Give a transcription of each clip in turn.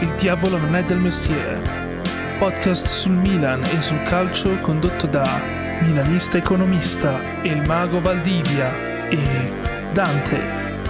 Il diavolo non è del mestiere. Podcast sul Milan e sul calcio condotto da Milanista Economista, il mago Valdivia e Dante.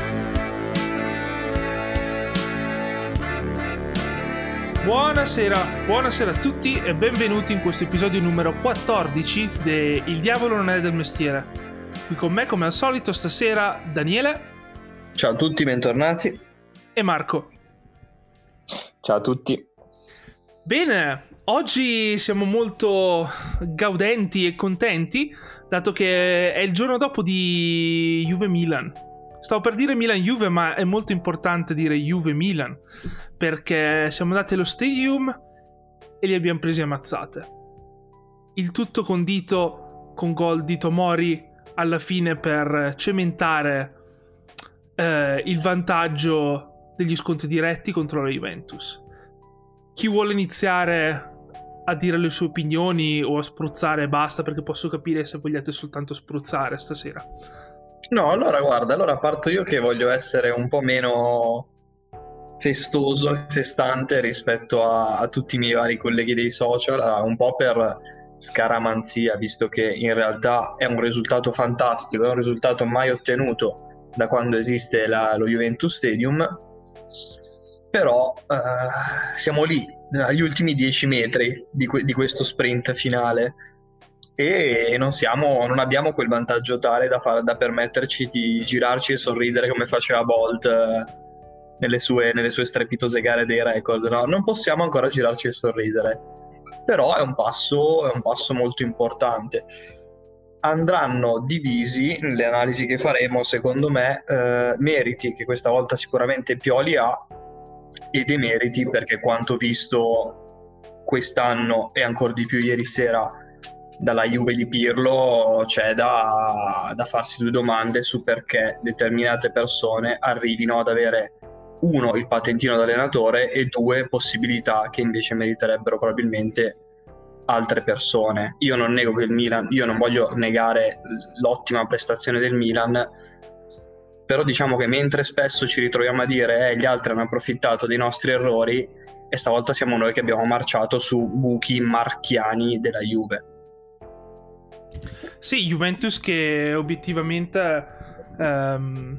Buonasera a tutti e benvenuti in questo episodio numero 14 di Il diavolo non è del mestiere. Qui con me, come al solito, stasera Daniele. Ciao a tutti, bentornati. E Marco. Ciao a tutti. Bene, oggi siamo molto gaudenti e contenti, dato che è il giorno dopo di Juve-Milan. Stavo per dire Milan-Juve, ma è molto importante dire Juve-Milan, perché siamo andati allo stadium e li abbiamo presi a mazzate. Il tutto condito con gol di Tomori alla fine per cementare il vantaggio degli scontri diretti contro la Juventus. Chi vuole iniziare a dire le sue opinioni o a spruzzare basta, perché posso capire se vogliate soltanto spruzzare stasera. No, allora parto io che voglio essere un po' meno festoso e festante rispetto a tutti i miei vari colleghi dei social, un po' per scaramanzia, visto che in realtà è un risultato fantastico, è un risultato mai ottenuto da quando esiste lo Juventus Stadium, però siamo lì agli ultimi 10 metri di questo sprint finale e non abbiamo quel vantaggio tale da permetterci di girarci e sorridere come faceva Bolt nelle sue strepitose gare dei record. No? Non possiamo ancora girarci e sorridere, però è un passo molto importante. Andranno divisi nelle analisi che faremo, secondo me, meriti che questa volta sicuramente Pioli ha e demeriti, perché quanto visto quest'anno e ancora di più ieri sera dalla Juve di Pirlo c'è da farsi due domande su perché determinate persone arrivino ad avere, uno, il patentino da allenatore e due, possibilità che invece meriterebbero probabilmente altre persone. Io non nego che il Milan, io non voglio negare l'ottima prestazione del Milan, però diciamo che mentre spesso ci ritroviamo a dire gli altri hanno approfittato dei nostri errori, e stavolta siamo noi che abbiamo marciato su buchi marchiani della Juve. Sì, Juventus che obiettivamente ha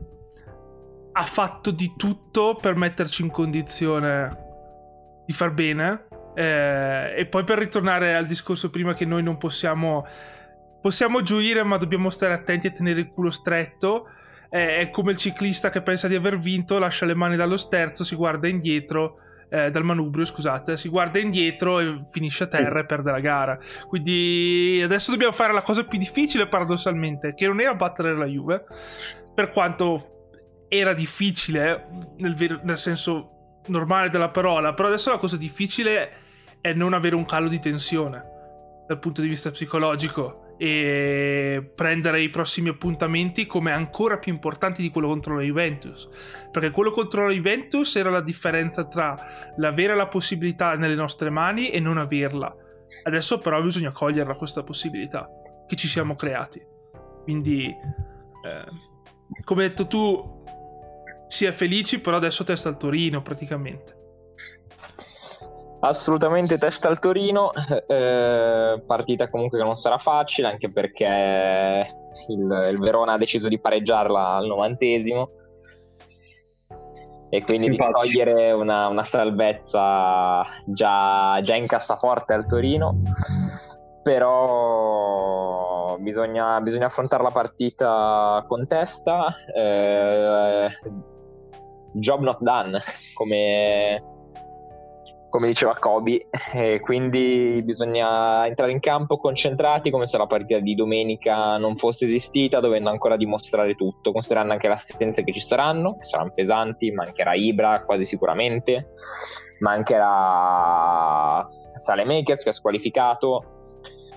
fatto di tutto per metterci in condizione di far bene. E poi, per ritornare al discorso prima, che noi non possiamo gioire, ma dobbiamo stare attenti a tenere il culo stretto. È come il ciclista che pensa di aver vinto, lascia le mani dallo sterzo, si guarda indietro, dal manubrio, scusate, si guarda indietro e finisce a terra e perde la gara. Quindi adesso dobbiamo fare la cosa più difficile, paradossalmente, che non era battere la Juve, per quanto era difficile nel senso normale della parola, però adesso la cosa difficile è non avere un calo di tensione dal punto di vista psicologico e prendere i prossimi appuntamenti come ancora più importanti di quello contro la Juventus, perché quello contro la Juventus era la differenza tra l'avere la possibilità nelle nostre mani e non averla. Adesso però bisogna coglierla questa possibilità che ci siamo creati. Quindi come hai detto tu, si è felici, però adesso testa al Torino praticamente. Assolutamente testa al Torino, partita comunque che non sarà facile, anche perché il Verona ha deciso di pareggiarla al 90esimo e quindi di togliere una salvezza già in cassaforte al Torino. Però bisogna affrontare la partita con testa, job not done, come diceva Kobe, e quindi bisogna entrare in campo concentrati come se la partita di domenica non fosse esistita, dovendo ancora dimostrare tutto, considerando anche le assenze che ci saranno, che saranno pesanti. Mancherà Ibra quasi sicuramente, mancherà Saelemaekers che è squalificato,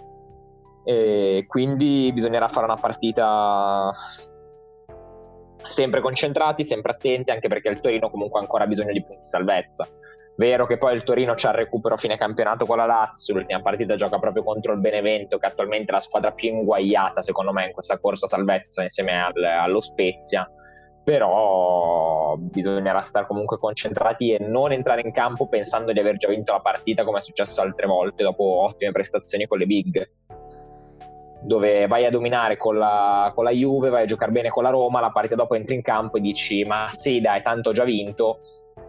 e quindi bisognerà fare una partita sempre concentrati, sempre attenti, anche perché il Torino comunque ha ancora bisogno di punti salvezza. Vero che poi il Torino c'ha il recupero a fine campionato con la Lazio, l'ultima partita gioca proprio contro il Benevento, che attualmente è la squadra più inguaiata secondo me in questa corsa salvezza insieme allo Spezia, però bisognerà stare comunque concentrati e non entrare in campo pensando di aver già vinto la partita, come è successo altre volte dopo ottime prestazioni con le big, dove vai a dominare con la Juve, vai a giocare bene con la Roma, la partita dopo entri in campo e dici ma sì dai, tanto ho già vinto,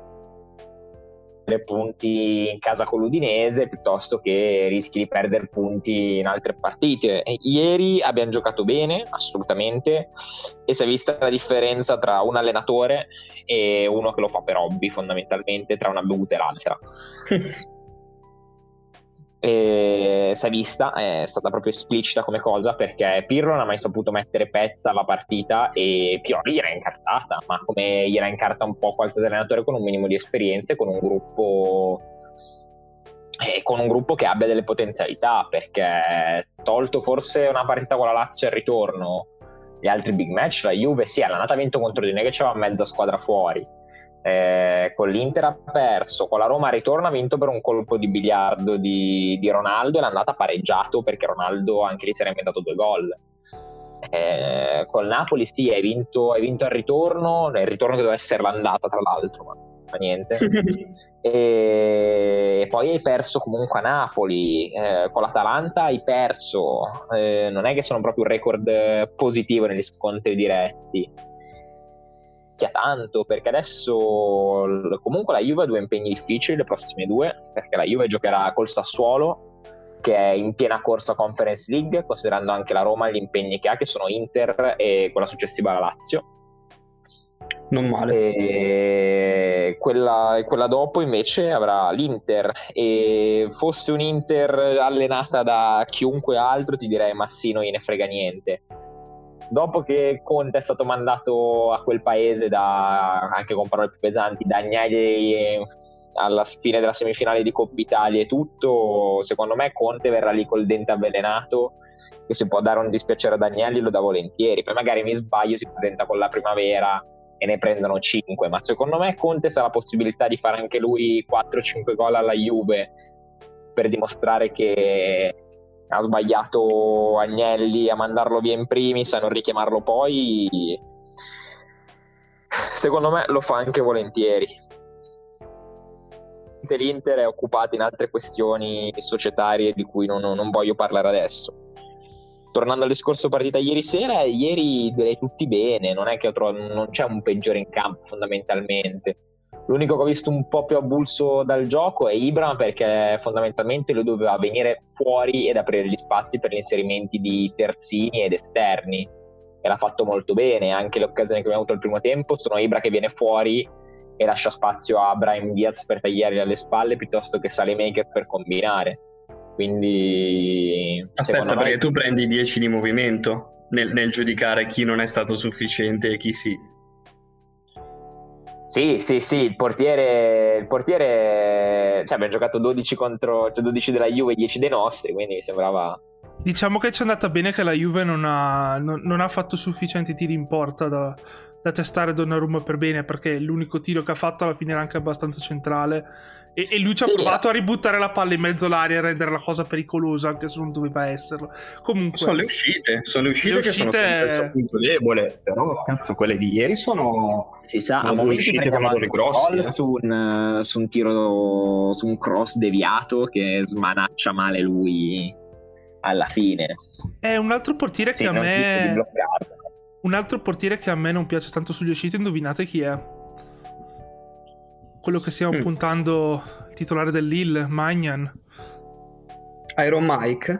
3 punti in casa con l'Udinese piuttosto che rischi di perdere punti in altre partite. E ieri abbiamo giocato bene, assolutamente, e si è vista la differenza tra un allenatore e uno che lo fa per hobby, fondamentalmente, tra una bevuta e l'altra. E si è vista, è stata proprio esplicita come cosa, perché Pirlo non ha mai saputo mettere pezza alla partita e Pioli gliela incartata, ma come gliela incarta un po' qualsiasi allenatore con un minimo di esperienza e con un gruppo che abbia delle potenzialità, perché tolto forse una partita con la Lazio al ritorno, gli altri big match, la Juve sì, all'andata ha vinto contro di noi che c'era mezza squadra fuori, con l'Inter ha perso, con la Roma al ritorno ha vinto per un colpo di biliardo di Ronaldo e l'andata ha pareggiato perché Ronaldo anche lì si era inventato 2 gol. Col Napoli sì, hai vinto al ritorno, il ritorno che doveva essere l'andata tra l'altro, ma non fa niente. E poi hai perso comunque a Napoli, con l'Atalanta hai perso, non è che sono proprio un record positivo negli scontri diretti, tanto, perché adesso comunque la Juve ha 2 impegni difficili, le prossime 2, perché la Juve giocherà col Sassuolo che è in piena corsa Conference League, considerando anche la Roma gli impegni che ha, che sono Inter e quella successiva alla Lazio. Non male. E quella dopo invece avrà l'Inter, e fosse un Inter allenata da chiunque altro ti direi ma sì, non gliene frega niente. Dopo che Conte è stato mandato a quel paese anche con parole più pesanti, da Agnelli alla fine della semifinale di Coppa Italia e tutto, secondo me Conte verrà lì col dente avvelenato, che se può dare un dispiacere ad Agnelli lo dà volentieri, poi magari mi sbaglio, si presenta con la primavera e ne prendono 5, ma secondo me Conte sa la possibilità di fare anche lui 4-5 gol alla Juve per dimostrare che ha sbagliato Agnelli a mandarlo via in primis, a non richiamarlo poi. Secondo me lo fa anche volentieri. L'Inter è occupata in altre questioni societarie di cui non voglio parlare adesso. Tornando al discorso partita ieri sera, ieri direi tutti bene, non è che non c'è un peggiore in campo fondamentalmente. L'unico che ho visto un po' più avulso dal gioco è Ibra, perché fondamentalmente lui doveva venire fuori ed aprire gli spazi per gli inserimenti di terzini ed esterni, e l'ha fatto molto bene. Anche le occasioni che abbiamo avuto al primo tempo sono Ibra che viene fuori e lascia spazio a Brahim Diaz per tagliargli alle spalle piuttosto che Salemaker per combinare. Quindi aspetta, perché tu prendi 10 di movimento nel giudicare chi non è stato sufficiente e chi sì. Sì, il portiere, cioè abbiamo giocato 12 della Juve e 10 dei nostri, quindi mi sembrava. Diciamo che ci è andata bene che la Juve non ha fatto sufficienti tiri in porta da testare Donnarumma per bene, perché l'unico tiro che ha fatto alla fine era anche abbastanza centrale e lui ci ha provato a ributtare la palla in mezzo all'aria e rendere la cosa pericolosa anche se non doveva esserlo. Comunque sono le uscite che sono sempre il suo punto debole, però cazzo, quelle di ieri sono, si sa, a momenti prendiamo delle gol su un tiro, su un cross deviato che smanaccia male lui alla fine. È un altro portiere che a me non piace tanto sugli uscite. Indovinate chi è? Quello che stiamo puntando, il titolare del Lille, Maignan. Iron Mike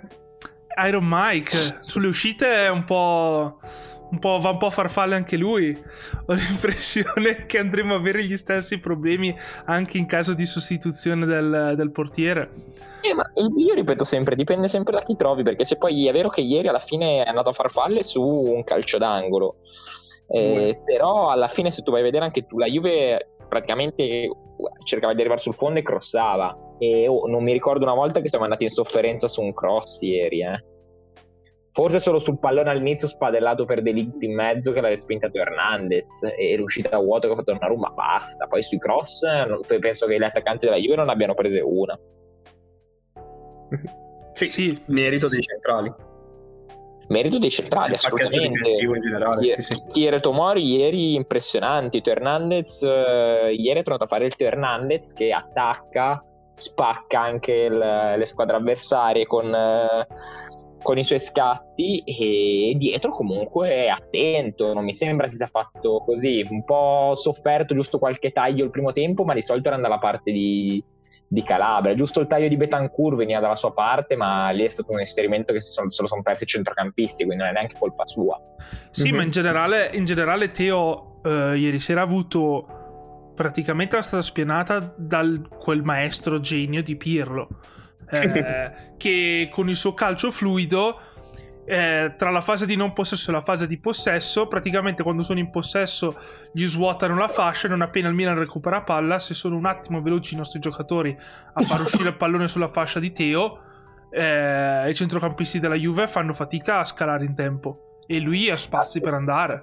sulle uscite è va un po' a farfalle anche lui. Ho l'impressione che andremo a avere gli stessi problemi anche in caso di sostituzione del portiere. Ma io ripeto sempre, dipende sempre da chi trovi, perché se poi è vero che ieri alla fine è andato a farfalle su un calcio d'angolo, però alla fine se tu vai a vedere anche tu, la Juve praticamente cercava di arrivare sul fondo e crossava, e non mi ricordo una volta che siamo andati in sofferenza su un cross ieri, forse solo sul pallone all'inizio spadellato per De Ligt in mezzo che l'ha respintato Hernandez e l'uscita a vuoto che ha fatto Donnarumma, basta. Poi sui cross penso che gli attaccanti della Juve non abbiano prese una. Sì, merito dei centrali. Merito dei centrali, il pacchetto assolutamente. difensivo in generale, sì. Thierry Tomori ieri impressionanti. Teo Hernandez ieri è tornato a fare il Teo Hernandez che attacca, spacca anche le squadre avversarie con i suoi scatti, e dietro comunque è attento, non mi sembra si sia fatto così, un po' sofferto giusto qualche taglio il primo tempo, ma di solito era dalla parte di Calabria, giusto il taglio di Betancourt veniva dalla sua parte, ma lì è stato un esperimento che se lo sono persi i centrocampisti, quindi non è neanche colpa sua. Sì, ma in generale Teo ieri sera ha avuto praticamente la strada spianata da quel maestro genio di Pirlo, che con il suo calcio fluido, tra la fase di non possesso e la fase di possesso, praticamente quando sono in possesso gli svuotano la fascia, e non appena il Milan recupera palla, se sono un attimo veloci i nostri giocatori a far uscire il pallone sulla fascia di Teo, i centrocampisti della Juve fanno fatica a scalare in tempo e lui ha spazi per andare.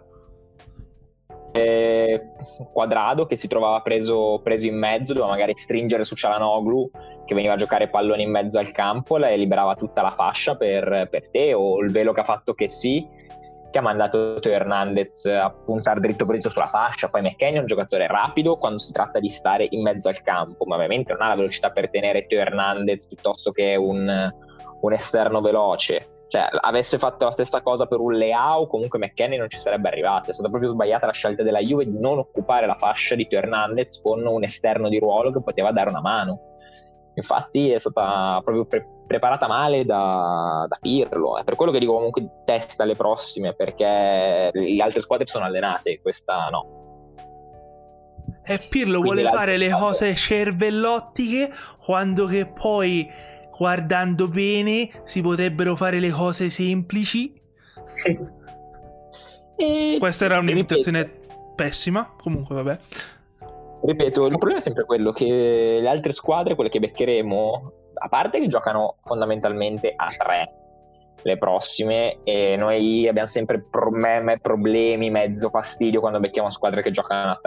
Quadrado che si trovava preso in mezzo, doveva magari stringere su Çalhanoğlu che veniva a giocare pallone in mezzo al campo e liberava tutta la fascia per Teo, o il velo che ha fatto che ha mandato Teo Hernandez a puntare dritto sulla fascia. Poi McKennie è un giocatore rapido quando si tratta di stare in mezzo al campo, ma ovviamente non ha la velocità per tenere Teo Hernandez piuttosto che un esterno veloce. Cioè, avesse fatto la stessa cosa per un Leao, comunque McKennie non ci sarebbe arrivato. È stata proprio sbagliata la scelta della Juve di non occupare la fascia di Teo Hernandez con un esterno di ruolo che poteva dare una mano. Infatti è stata proprio preparata male da Pirlo. È per quello che dico comunque testa alle prossime, perché le altre squadre sono allenate, questa no. E Pirlo vuole fare le cose cervellottiche, quando che poi, guardando bene, si potrebbero fare le cose semplici. Questa era un'imitazione pessima, comunque vabbè. Ripeto, il problema è sempre quello che le altre squadre, quelle che beccheremo, a parte che giocano fondamentalmente a 3 le prossime, e noi abbiamo sempre problemi, mezzo fastidio quando becchiamo squadre che giocano a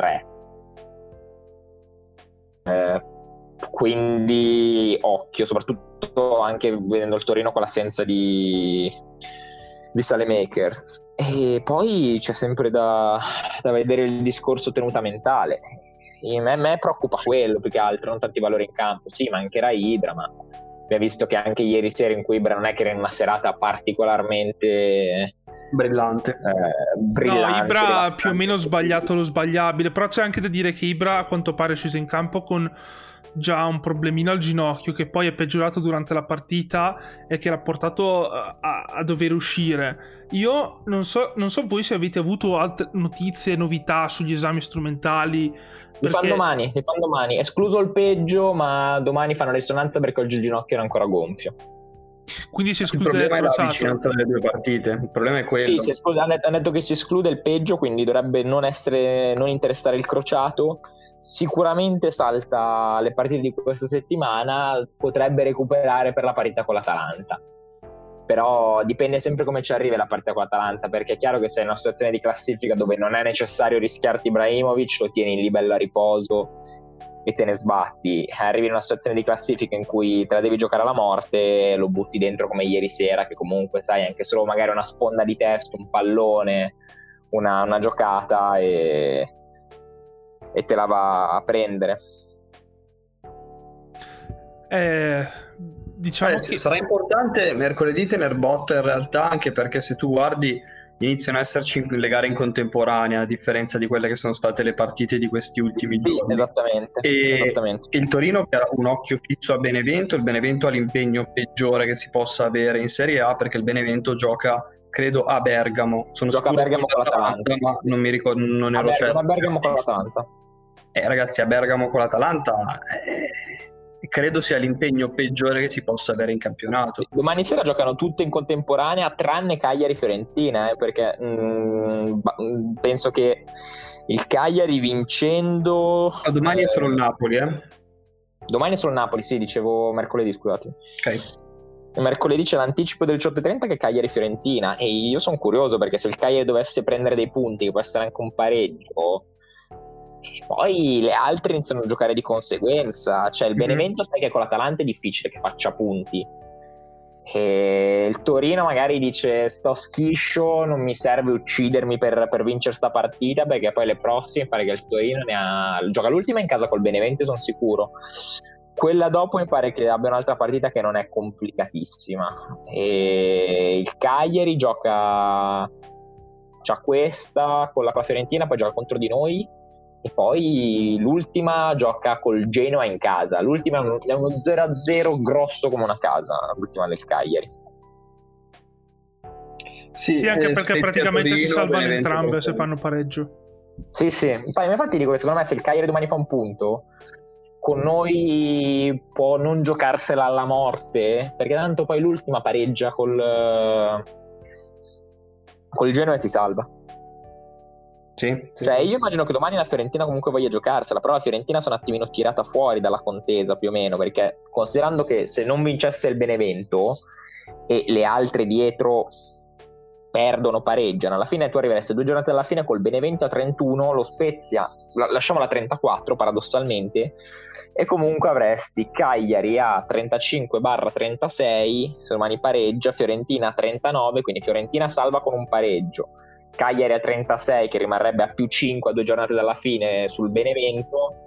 3. Quindi occhio, soprattutto anche vedendo il Torino con l'assenza di Saelemaekers. E poi c'è sempre da vedere il discorso tenuta mentale. Me preoccupa quello più che altro, non tanti valori in campo. Sì, mancherà Ibra, ma abbiamo visto che anche ieri sera, in cui Ibra non è che era in una serata particolarmente brillante. No, Ibra ha più o meno sbagliato lo sbagliabile, però c'è anche da dire che Ibra a quanto pare è sceso in campo con già un problemino al ginocchio, che poi è peggiorato durante la partita e che l'ha portato a dover uscire. Io non so voi se avete avuto altre notizie, novità sugli esami strumentali. Li fanno domani, escluso il peggio, ma domani fanno risonanza perché oggi il ginocchio era ancora gonfio. Quindi si esclude il problema è la vicinanza delle due partite. Il problema è quello. Sì, hanno detto che si esclude il peggio, quindi dovrebbe non interessare il crociato. Sicuramente salta le partite di questa settimana, potrebbe recuperare per la partita con l'Atalanta. Però dipende sempre come ci arriva la partita con l'Atalanta, perché è chiaro che sei in una situazione di classifica dove non è necessario rischiarti Ibrahimovic, lo tieni lì bello a riposo e te ne sbatti. Arrivi in una situazione di classifica in cui te la devi giocare alla morte, lo butti dentro come ieri sera, che comunque sai, anche solo magari una sponda di testa, un pallone, una giocata e te la va a prendere. Diciamo che sarà importante mercoledì tener botta in realtà, anche perché se tu guardi iniziano a esserci le gare in contemporanea, a differenza di quelle che sono state le partite di questi ultimi giorni. Esattamente. Il Torino che ha un occhio fisso a Benevento, il Benevento ha l'impegno peggiore che si possa avere in Serie A, perché il Benevento gioca credo a Bergamo. Gioca a Bergamo con l'Atalanta, ma non mi ricordo, non ero certo. A Bergamo con l'Atalanta. Ragazzi, a Bergamo con l'Atalanta credo sia l'impegno peggiore che si possa avere in campionato. Domani sera giocano tutte in contemporanea tranne Cagliari-Fiorentina, perché penso che il Cagliari vincendo domani è solo il Napoli, Domani è solo il Napoli, sì, dicevo mercoledì, scusate. Ok. Mercoledì c'è l'anticipo del 18:30 che è Cagliari-Fiorentina, e io sono curioso perché se il Cagliari dovesse prendere dei punti, che può essere anche un pareggio, poi le altre iniziano a giocare di conseguenza. Cioè il Benevento sai che con l'Atalanta è difficile che faccia punti, E il Torino magari dice sto schiscio, non mi serve uccidermi per vincere sta partita, perché poi le prossime pare che il Torino gioca l'ultima in casa col Benevento, sono sicuro. Quella dopo mi pare che abbia un'altra partita che non è complicatissima, e il Cagliari c'ha questa con la Fiorentina, poi gioca contro di noi, e poi l'ultima gioca col Genoa in casa. L'ultima è uno 0-0 grosso come una casa, l'ultima del Cagliari. Sì, anche perché praticamente si salvano entrambe se fanno pareggio. Sì, infatti dico che secondo me se il Cagliari domani fa un punto, con noi può non giocarsela alla morte, perché tanto poi l'ultima pareggia col Genoa e si salva. Sì. Cioè io immagino che domani la Fiorentina comunque voglia giocarsela, però la Fiorentina sono un attimino tirata fuori dalla contesa più o meno, perché considerando che se non vincesse il Benevento e le altre dietro perdono, pareggiano, alla fine tu arriveresti 2 giornate alla fine col Benevento a 31, lo Spezia lasciamola a 34 paradossalmente, e comunque avresti Cagliari a 35/36 se domani pareggia, Fiorentina a 39, quindi Fiorentina salva con un pareggio, Cagliari a 36 che rimarrebbe a +5 a 2 giornate dalla fine sul Benevento,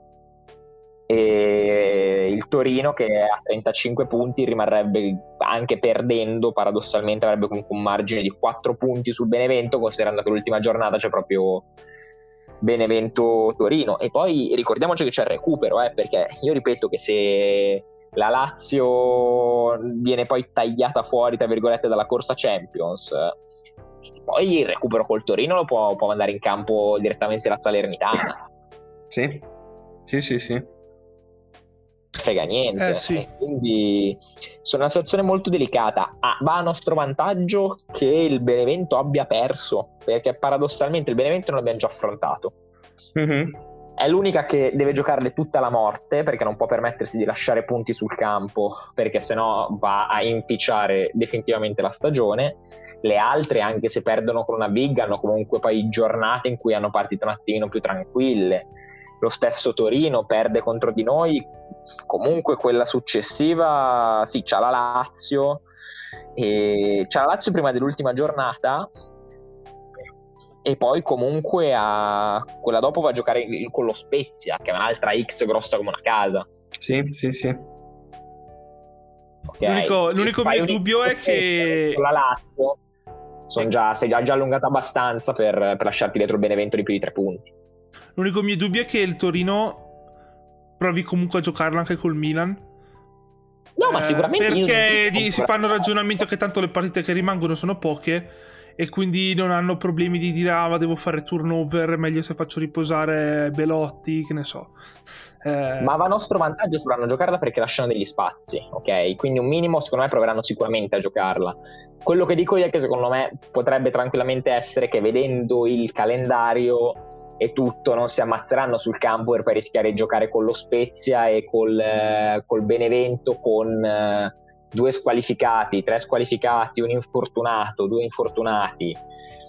e il Torino che a 35 punti rimarrebbe, anche perdendo paradossalmente, avrebbe comunque un margine di 4 punti sul Benevento, considerando che l'ultima giornata c'è proprio Benevento-Torino. E poi ricordiamoci che c'è il recupero, perché io ripeto che se la Lazio viene poi tagliata fuori tra virgolette dalla corsa Champions, poi il recupero col Torino lo può mandare in campo direttamente la Salernitana. Sì. Frega niente, sì. E quindi sono una situazione molto delicata. Va a nostro vantaggio che il Benevento abbia perso, perché paradossalmente il Benevento non l'abbiamo già affrontato. È l'unica che deve giocarle tutta la morte, perché non può permettersi di lasciare punti sul campo, perché sennò va a inficiare definitivamente la stagione. Le altre, anche se perdono con una big, hanno comunque poi giornate in cui hanno partite un attimino più tranquille. Lo stesso Torino perde contro di noi, comunque quella successiva sì, c'ha la Lazio prima dell'ultima giornata, e poi comunque quella dopo va a giocare con lo Spezia, che è un'altra X grossa come una casa. Sì. Okay. L'unico mio dubbio è che con la Lazio sei già allungata abbastanza per lasciarti dietro il Benevento di più di 3 punti. L'unico mio dubbio è che il Torino provi comunque a giocarla anche col Milan. No, ma sicuramente perché si fanno ragionamento che tanto le partite che rimangono sono poche, e quindi non hanno problemi di dire ma devo fare turnover, meglio se faccio riposare Belotti, che ne so. Ma va a nostro vantaggio se dovranno giocarla, perché lasciano degli spazi, ok? Quindi un minimo secondo me proveranno sicuramente a giocarla. Quello che dico io è che secondo me potrebbe tranquillamente essere che, vedendo il calendario e tutto, non si ammazzeranno sul campo per poi rischiare di giocare con lo Spezia e col Benevento, con 2 squalificati, 3 squalificati, un infortunato, 2 infortunati,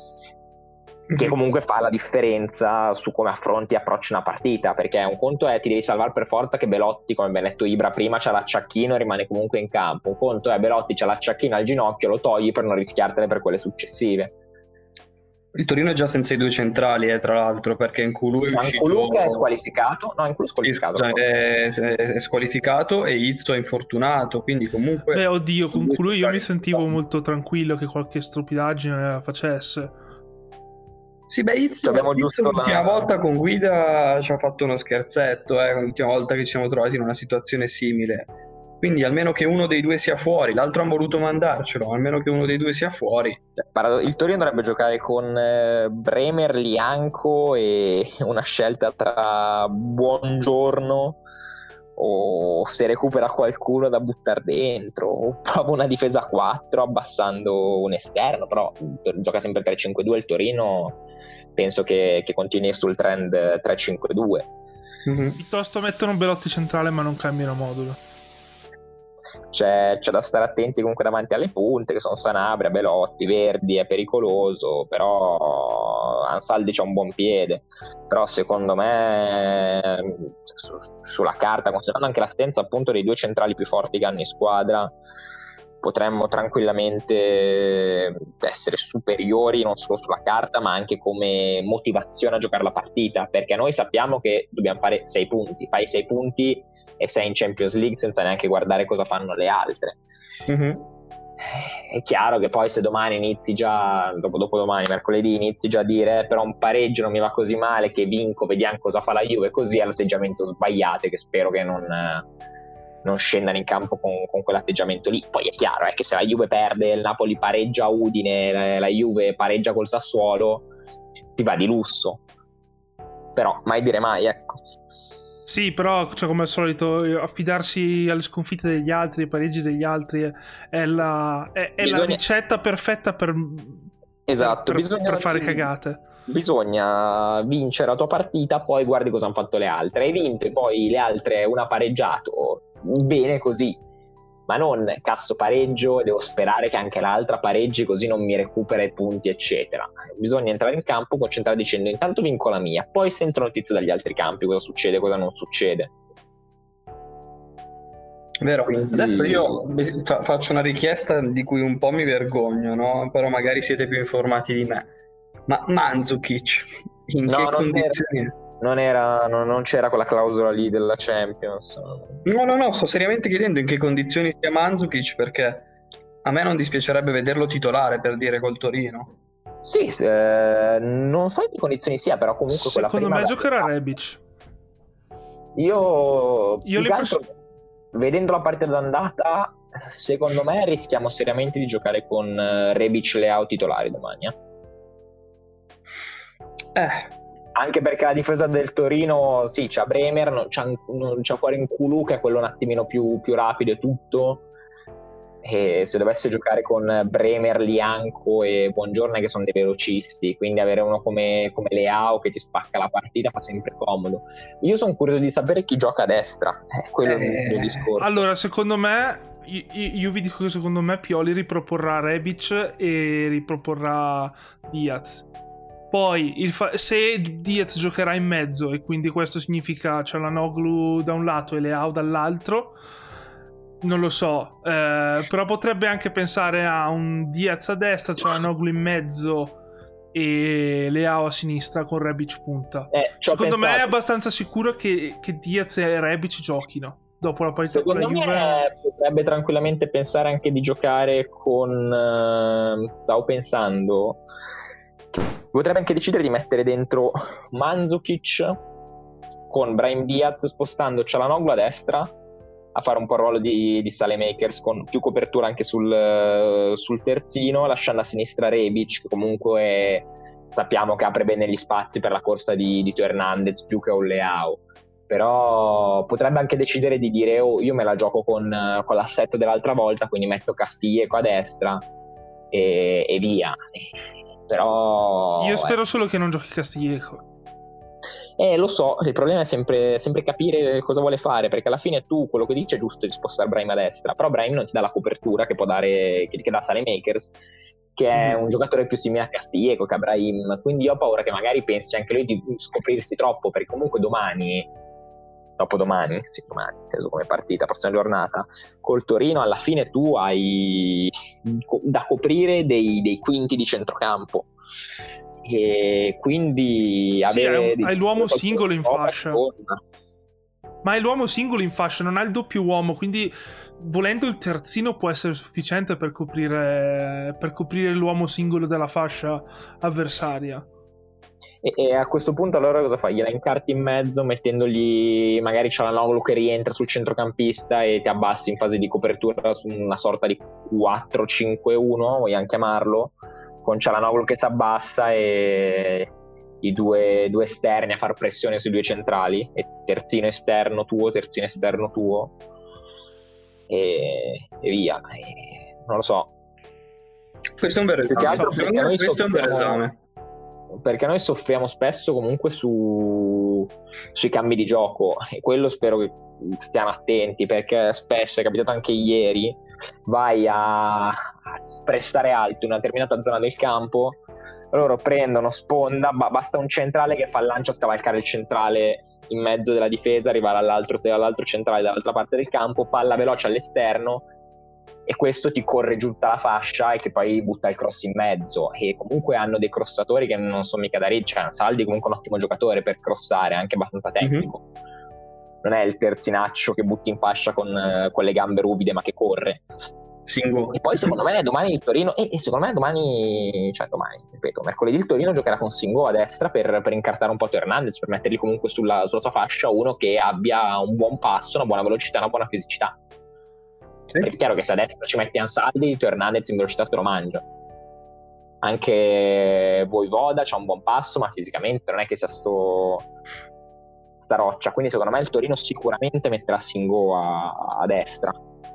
che comunque fa la differenza su come affronti e approcci una partita, perché un conto è ti devi salvare per forza che Belotti, come ben detto Ibra prima, c'ha l'acciacchino e rimane comunque in campo. Un conto è Belotti c'ha l'acciacchino al ginocchio, lo togli per non rischiartele per quelle successive. Il Torino è già senza i 2 centrali, tra l'altro, perché N'Koulou è uscito. N'Koulou che è squalificato. No, N'Koulou è squalificato. È squalificato, e Izzo è infortunato, quindi comunque. Oddio, con N'Koulou io mi sentivo molto tranquillo che qualche stupidaggine la facesse. Sì, Izzo l'ultima volta con Guida ci ha fatto uno scherzetto, l'ultima volta che ci siamo trovati in una situazione simile. Quindi almeno che uno dei 2 sia fuori, l'altro ha voluto mandarcelo, almeno che uno dei 2 sia fuori. Il Torino dovrebbe giocare con Bremer, Lianco e una scelta tra Buongiorno, o se recupera qualcuno da buttare dentro, o prova una difesa a 4 abbassando un esterno, però gioca sempre 3-5-2 il Torino, penso che continui sul trend 3-5-2. Piuttosto mettono Belotti centrale ma non cambiano modulo. C'è da stare attenti comunque davanti alle punte, che sono Sanabria, Belotti, Verdi, è pericoloso, però Ansaldi c'ha un buon piede. Però secondo me sulla carta, considerando anche l'assenza appunto dei 2 centrali più forti che hanno in squadra, potremmo tranquillamente essere superiori non solo sulla carta ma anche come motivazione a giocare la partita, perché noi sappiamo che dobbiamo fare 6 punti, fai 6 punti e sei in Champions League senza neanche guardare cosa fanno le altre. È chiaro che poi se domani inizi già, dopodomani, mercoledì, inizi già a dire però un pareggio non mi va così male che vinco, vediamo cosa fa la Juve, così è l'atteggiamento sbagliato, che spero che non scendano in campo con quell'atteggiamento lì. Poi è chiaro che se la Juve perde, il Napoli pareggia a Udine, la Juve pareggia col Sassuolo, ti va di lusso, però mai dire mai, ecco. Sì, però cioè, come al solito affidarsi alle sconfitte degli altri, ai pareggi degli altri è la ricetta perfetta per fare cagate. Bisogna vincere la tua partita, poi guardi cosa hanno fatto le altre. Hai vinto e poi le altre una pareggiato, bene così, ma non cazzo pareggio e devo sperare che anche l'altra pareggi così non mi recupera i punti eccetera. Bisogna entrare in campo, concentrare dicendo intanto vinco la mia, poi sento notizie dagli altri campi, cosa succede, cosa non succede. Vero. Quindi... Adesso io faccio una richiesta di cui un po' mi vergogno, no? Però magari siete più informati di me. Ma Mandzukic in che condizioni? Non c'era quella clausola lì della Champions. No, sto seriamente chiedendo in che condizioni sia Mandzukic, perché a me non dispiacerebbe vederlo titolare, per dire, col Torino. Sì, non so in che condizioni sia, però comunque secondo me giocherà Rebic. Io vedendo la partita d'andata, secondo me rischiamo seriamente di giocare con Rebic Leao titolari domani. Anche perché la difesa del Torino, sì, c'ha Bremer, non c'ha fuori in Kulu, che è quello un attimino più rapido e tutto, e se dovesse giocare con Bremer, Lianco e Buongiorno, che sono dei velocisti, quindi avere uno come Leao che ti spacca la partita fa sempre comodo. Io sono curioso di sapere chi gioca a destra, quello è il mio discorso. Allora, secondo me io vi dico che secondo me Pioli riproporrà Rebic e riproporrà Diaz. Poi se Diaz giocherà in mezzo, e quindi questo significa Çalhanoğlu da un lato e Leao dall'altro, non lo so, però potrebbe anche pensare a un Diaz a destra, Çalhanoğlu in mezzo e Leao a sinistra con Rebic punta. Secondo me è abbastanza sicuro che Diaz e Rebic giochino dopo la partita con la Juve. Secondo me potrebbe tranquillamente pensare anche di giocare con stavo pensando potrebbe anche decidere di mettere dentro Mandzukic con Brahim Diaz, spostando Çalhanoğlu a destra a fare un po' il ruolo di Saelemaekers, con più copertura anche sul terzino, lasciando a sinistra Rebic, che comunque sappiamo che apre bene gli spazi per la corsa di Teo Hernandez più che un Leao. Però potrebbe anche decidere di dire io me la gioco con l'assetto dell'altra volta, quindi metto Castillejo a destra e via. Però io spero solo che non giochi Castillejo. Lo so, il problema è sempre capire cosa vuole fare, perché alla fine tu quello che dici è giusto di spostare Brahim a destra, però Brahim non ti dà la copertura che può dare, che dà Saelemaekers, che è un giocatore più simile a Castillejo che a Brahim, quindi io ho paura che magari pensi anche lui di scoprirsi troppo, perché comunque dopodomani, inteso come partita, prossima giornata, col Torino alla fine tu hai da coprire dei quinti di centrocampo, e quindi hai l'uomo singolo in fascia, ma è l'uomo singolo in fascia, non ha il doppio uomo, quindi volendo il terzino può essere sufficiente per coprire l'uomo singolo della fascia avversaria. E a questo punto allora cosa fai? Gliela incarti in mezzo mettendogli magari Çalhanoğlu che rientra sul centrocampista e ti abbassi in fase di copertura su una sorta di 4-5-1, vogliamo chiamarlo, con Çalhanoğlu che si abbassa e i due esterni a far pressione sui due centrali, e terzino esterno tuo e via. Non lo so. Questo è un bel esame. Perché noi soffriamo spesso comunque sui cambi di gioco, e quello spero che stiano attenti, perché spesso è capitato anche ieri, vai a prestare alto in una determinata zona del campo, loro prendono sponda, basta un centrale che fa il lancio a scavalcare il centrale in mezzo della difesa, arrivare all'altro centrale dall'altra parte del campo, palla veloce all'esterno e questo ti corre giù tutta la fascia e che poi butta il cross in mezzo, e comunque hanno dei crossatori che non sono mica da ridere, cioè Ansaldi è comunque un ottimo giocatore per crossare, anche abbastanza tecnico. Non è il terzinaccio che butti in fascia con le gambe ruvide ma che corre. Singo. E poi secondo me domani il Torino, e secondo me domani, ripeto, mercoledì il Torino giocherà con Singo a destra per incartare un po' Hernandez, per metterli comunque sulla sua fascia, uno che abbia un buon passo, una buona velocità, una buona fisicità. Sì. Perché è chiaro che se a destra ci metti Ansaldi, Hernandez in velocità se lo mangia. Anche Voivoda c'ha un buon passo, ma fisicamente non è che sia sta roccia. Quindi secondo me il Torino sicuramente metterà Singo a destra.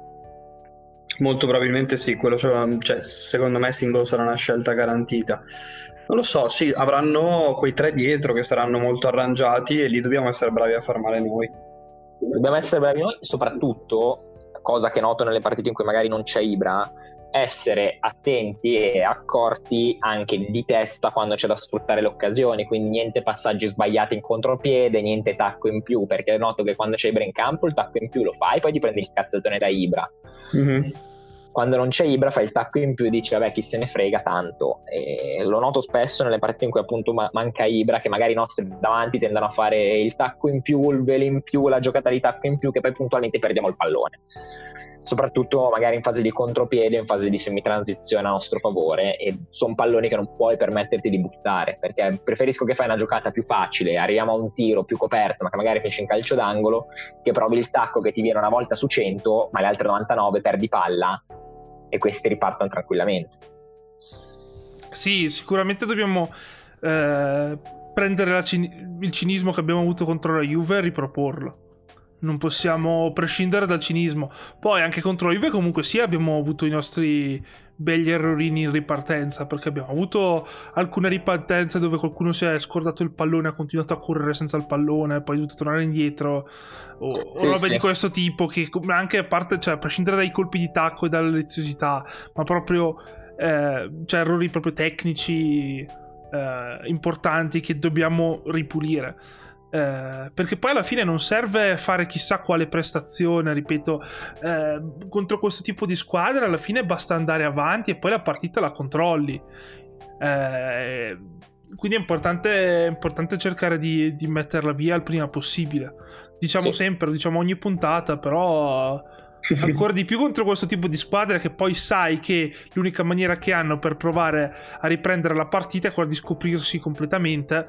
Molto probabilmente sì, quello cioè, secondo me Singo sarà una scelta garantita. Non lo so, sì, avranno quei 3 dietro che saranno molto arrangiati e lì dobbiamo essere bravi a far male noi. Dobbiamo essere bravi noi, soprattutto, cosa che noto nelle partite in cui magari non c'è Ibra, essere attenti e accorti anche di testa quando c'è da sfruttare le occasioni, quindi niente passaggi sbagliati in contropiede, niente tacco in più, perché noto che quando c'è Ibra in campo il tacco in più lo fai, poi ti prendi il cazzettone da Ibra. Quando non c'è Ibra fai il tacco in più e dici vabbè, chi se ne frega tanto, e lo noto spesso nelle partite in cui appunto manca Ibra, che magari i nostri davanti tendono a fare il tacco in più, il velo in più, la giocata di tacco in più, che poi puntualmente perdiamo il pallone, soprattutto magari in fase di contropiede, in fase di semitransizione a nostro favore, e sono palloni che non puoi permetterti di buttare, perché preferisco che fai una giocata più facile, arriviamo a un tiro più coperto ma che magari finisce in calcio d'angolo, che provi il tacco che ti viene una volta su 100 ma le altre 99 perdi palla e questi ripartono tranquillamente. Sì, sicuramente dobbiamo prendere il cinismo che abbiamo avuto contro la Juve e riproporlo. Non possiamo prescindere dal cinismo. Poi anche contro la Juve comunque sì, abbiamo avuto i nostri begli errorini in ripartenza, perché abbiamo avuto alcune ripartenze dove qualcuno si è scordato il pallone, ha continuato a correre senza il pallone, poi è dovuto tornare indietro o robe di questo tipo, che anche a parte, cioè a prescindere dai colpi di tacco e dalla leziosità, ma proprio cioè errori proprio tecnici importanti che dobbiamo ripulire. Perché poi alla fine non serve fare chissà quale prestazione, ripeto, contro questo tipo di squadra alla fine basta andare avanti e poi la partita la controlli, quindi è importante cercare di metterla via il prima possibile, diciamo sempre, diciamo ogni puntata, però ancora di più contro questo tipo di squadre che poi sai che l'unica maniera che hanno per provare a riprendere la partita è quella di scoprirsi completamente.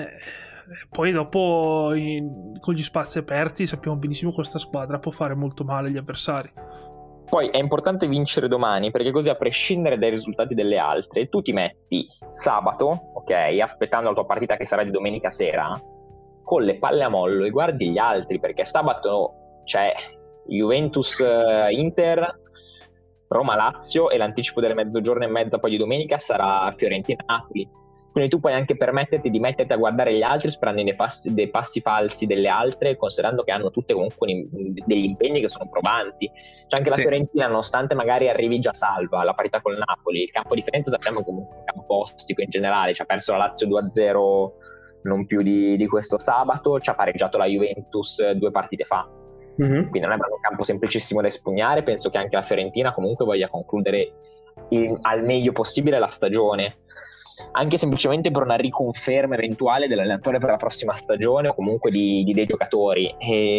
Poi dopo con gli spazi aperti sappiamo benissimo che questa squadra può fare molto male agli avversari. Poi è importante vincere domani, perché così a prescindere dai risultati delle altre tu ti metti sabato, ok, aspettando la tua partita che sarà di domenica sera, con le palle a mollo e guardi gli altri, perché sabato c'è Juventus Inter, Roma Lazio, e l'anticipo delle mezzogiorno e mezza poi di domenica sarà Fiorentina Napoli. Quindi tu puoi anche permetterti di metterti a guardare gli altri sperando dei passi falsi delle altre, considerando che hanno tutte comunque degli impegni che sono probanti. C'è anche la Fiorentina, nonostante magari arrivi già salva la parità col Napoli, il campo di Firenze sappiamo comunque un campo ostico in generale, ci ha perso la Lazio 2-0 non più di questo sabato, ci ha pareggiato la Juventus 2 partite fa. Quindi non è un campo semplicissimo da espugnare. Penso che anche la Fiorentina comunque voglia concludere al meglio possibile la stagione, anche semplicemente per una riconferma eventuale dell'allenatore per la prossima stagione o comunque dei giocatori.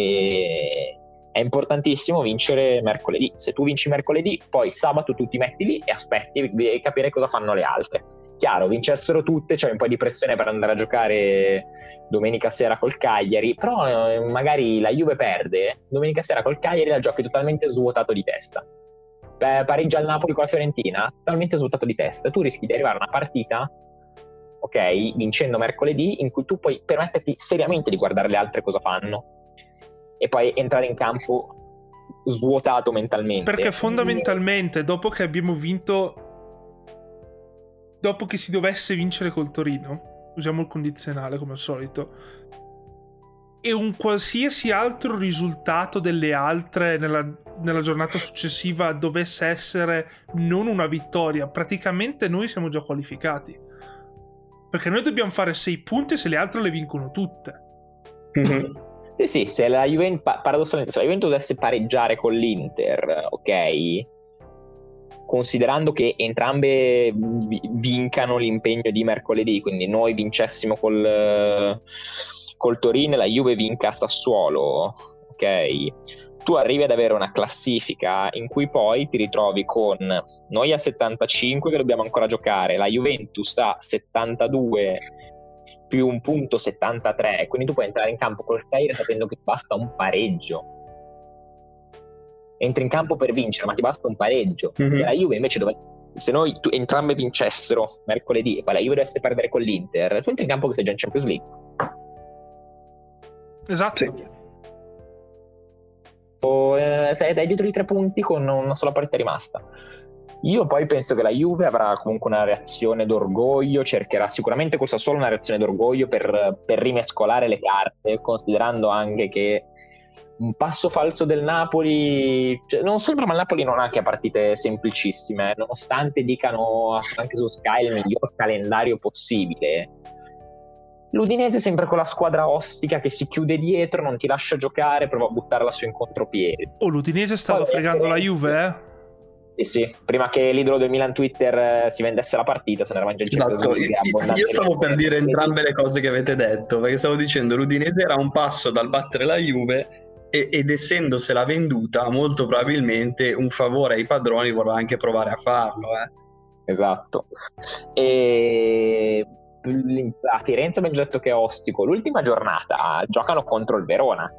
E è importantissimo vincere mercoledì. Se tu vinci mercoledì, poi sabato tu ti metti lì e aspetti e capire cosa fanno le altre. Chiaro, vincessero tutte, c'è un po' di pressione per andare a giocare domenica sera col Cagliari, però magari la Juve perde domenica sera col Cagliari, la giochi totalmente svuotato di testa. Pareggia il Napoli con la Fiorentina, totalmente svuotato di testa. Tu rischi di arrivare a una partita, ok, vincendo mercoledì, in cui tu puoi permetterti seriamente di guardare le altre cosa fanno e poi entrare in campo svuotato mentalmente. Perché fondamentalmente dopo che abbiamo vinto, dopo che si dovesse vincere col Torino, usiamo il condizionale come al solito, e un qualsiasi altro risultato delle altre nella giornata successiva dovesse essere non una vittoria, praticamente noi siamo già qualificati, perché noi dobbiamo fare 6 punti se le altre le vincono tutte. Sì, se la Juventus, paradossalmente, se la Juventus dovesse pareggiare con l'Inter, ok, considerando che entrambe vincano l'impegno di mercoledì, quindi noi vincessimo col Torino e la Juve vinca a Sassuolo, ok, tu arrivi ad avere una classifica in cui poi ti ritrovi con noi a 75 che dobbiamo ancora giocare, la Juventus a 72 più un punto 73, quindi tu puoi entrare in campo col Cagliari sapendo che ti basta un pareggio. Entri in campo per vincere, ma ti basta un pareggio. Se la Juve invece se noi entrambe vincessero mercoledì e poi la Juve dovesse perdere con l'Inter, tu entri in campo che sei già in Champions League. Esatto. Sì. Sei dietro di 3 punti con una sola partita rimasta. Io poi penso che la Juve avrà comunque una reazione d'orgoglio, cercherà sicuramente con Sassuolo una reazione d'orgoglio per rimescolare le carte, considerando anche che un passo falso del Napoli, cioè, non sembra, ma il Napoli non ha anche partite semplicissime, nonostante dicano anche su Sky il miglior calendario possibile. L'Udinese è sempre quella squadra ostica che si chiude dietro, non ti lascia giocare, prova a buttarla su in contropiede. L'Udinese stava fregando la Juve, Sì, prima che l'idolo del Milan Twitter si vendesse la partita, se ne era già il Esatto. Io stavo per dire entrambe le cose che avete detto, perché stavo dicendo l'Udinese era un passo dal battere la Juve ed essendosela venduta molto probabilmente un favore ai padroni vorrà anche provare a farlo. Esatto. E a Firenze abbiamo già detto che è ostico. L'ultima giornata giocano contro il Verona.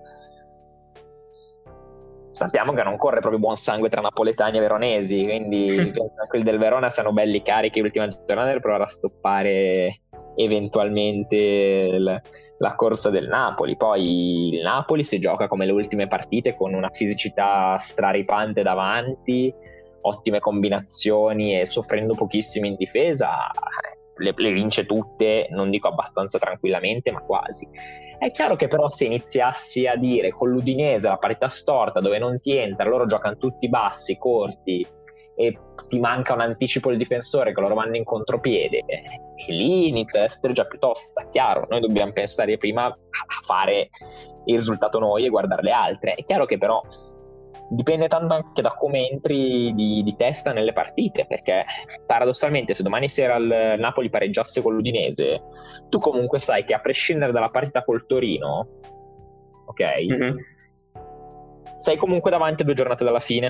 Sappiamo che non corre proprio buon sangue tra napoletani e veronesi, quindi penso che quelli del Verona siano belli carichi l'ultima giornata per provare a stoppare eventualmente la corsa del Napoli. Poi il Napoli si gioca come le ultime partite con una fisicità straripante davanti, ottime combinazioni e soffrendo pochissimo in difesa le vince tutte, non dico abbastanza tranquillamente, ma quasi. È chiaro che però se iniziassi a dire con l'Udinese la parità storta dove non ti entra, loro giocano tutti bassi, corti e ti manca un anticipo del difensore che loro vanno in contropiede, e lì inizia ad essere già piuttosto chiaro. Noi dobbiamo pensare prima a fare il risultato noi e guardare le altre. È chiaro che però dipende tanto anche da come entri di testa nelle partite, perché paradossalmente se domani sera il Napoli pareggiasse con l'Udinese, tu comunque sai che a prescindere dalla partita col Torino, ok, sei comunque davanti a 2 giornate dalla fine.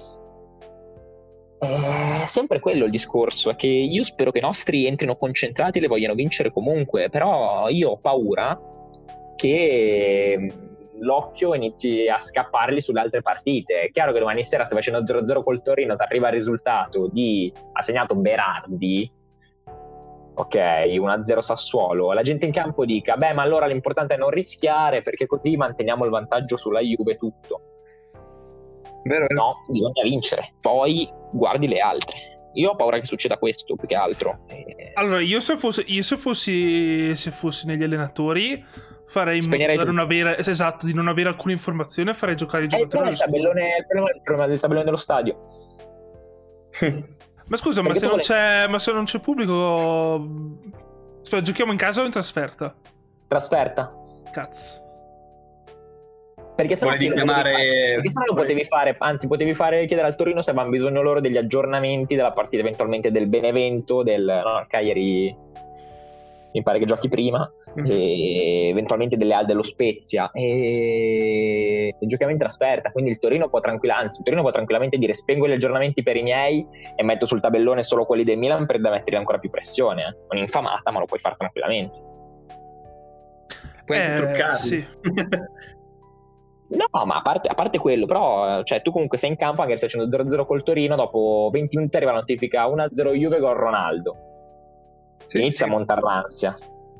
È sempre quello il discorso, è che io spero che i nostri entrino concentrati e le vogliano vincere comunque, però io ho paura che l'occhio inizi a scapparli sulle altre partite. È chiaro che domani sera stai facendo 0-0 col Torino, ti arriva il risultato ha segnato Berardi, ok, 1-0 Sassuolo, la gente in campo dica beh, ma allora l'importante è non rischiare perché così manteniamo il vantaggio sulla Juve, tutto vero? No, bisogna vincere, poi guardi le altre. Io ho paura che succeda questo più che altro. Allora io se fossi negli allenatori farei in modo di non avere alcune informazioni e farei giocare i giocatori. Il problema del tabellone dello stadio. Ma scusa, ma se non c'è pubblico, cioè, giochiamo in casa o in trasferta? Trasferta. Cazzo. Perché se no lo potevi fare, anzi potevi chiedere al Torino se avevano bisogno loro degli aggiornamenti della partita, eventualmente del Benevento, il Cagliari mi pare che giochi prima, e eventualmente dello Spezia, e giochiamo in trasferta, quindi il Torino può tranquillamente dire spengo gli aggiornamenti per i miei e metto sul tabellone solo quelli del Milan per mettere ancora più pressione. Un'infamata, ma lo puoi fare tranquillamente. Puoi anche truccarli. Sì. No, ma a parte quello, però cioè, tu comunque sei in campo anche se stai facendo 0-0 col Torino, dopo 20 minuti arriva la notifica 1-0 Juve con Ronaldo. Inizia a montare l'ansia,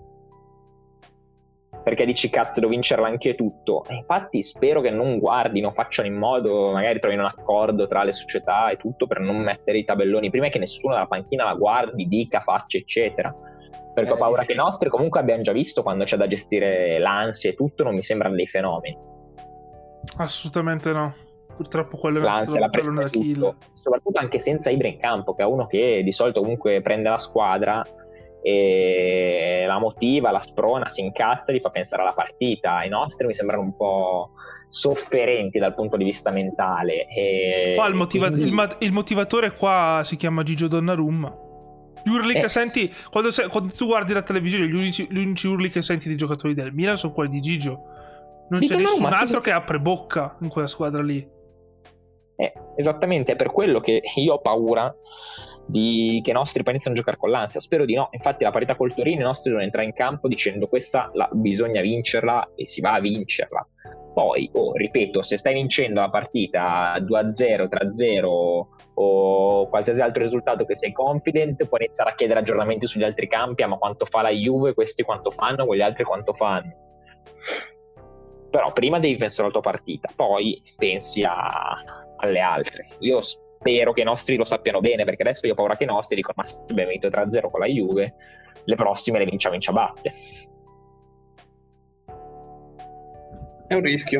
perché dici cazzo devo vincerla anche tutto. E infatti spero che non facciano in modo, magari trovino un accordo tra le società e tutto per non mettere i tabelloni prima che nessuno dalla panchina la guardi, dica, faccia eccetera, perché ho paura che i nostri comunque abbiamo già visto quando c'è da gestire l'ansia e tutto, non mi sembrano dei fenomeni. Assolutamente no, purtroppo quello l'ansia, la pressione, tutto, soprattutto anche senza Ibra in campo, che è uno che di solito comunque prende la squadra e la motiva, la sprona, si incazza, gli fa pensare alla partita. I nostri mi sembrano un po' sofferenti dal punto di vista mentale. Qua il motivatore qua si chiama Gigio Donnarumma. Gli urli che senti quando tu guardi la televisione, gli unici urli che senti dei giocatori del Milan sono quelli di Gigio. Non c'è nessun altro che apre bocca in quella squadra lì. Esattamente, è per quello che io ho paura che i nostri poi iniziano a giocare con l'ansia. Spero di no. Infatti la parità col Torino, i nostri devono entrare in campo dicendo questa bisogna vincerla, e si va a vincerla. Poi, ripeto, se stai vincendo la partita 2-0, 3-0 o qualsiasi altro risultato che sei confident, puoi iniziare a chiedere aggiornamenti sugli altri campi. Ma quanto fa la Juve, questi quanto fanno, quegli altri quanto fanno. Però prima devi pensare alla tua partita, poi pensi alle altre. Io spero che i nostri lo sappiano bene, perché adesso io ho paura che i nostri dicono: ma se abbiamo vinto 3-0 con la Juve, le prossime le vincia batte. È un rischio.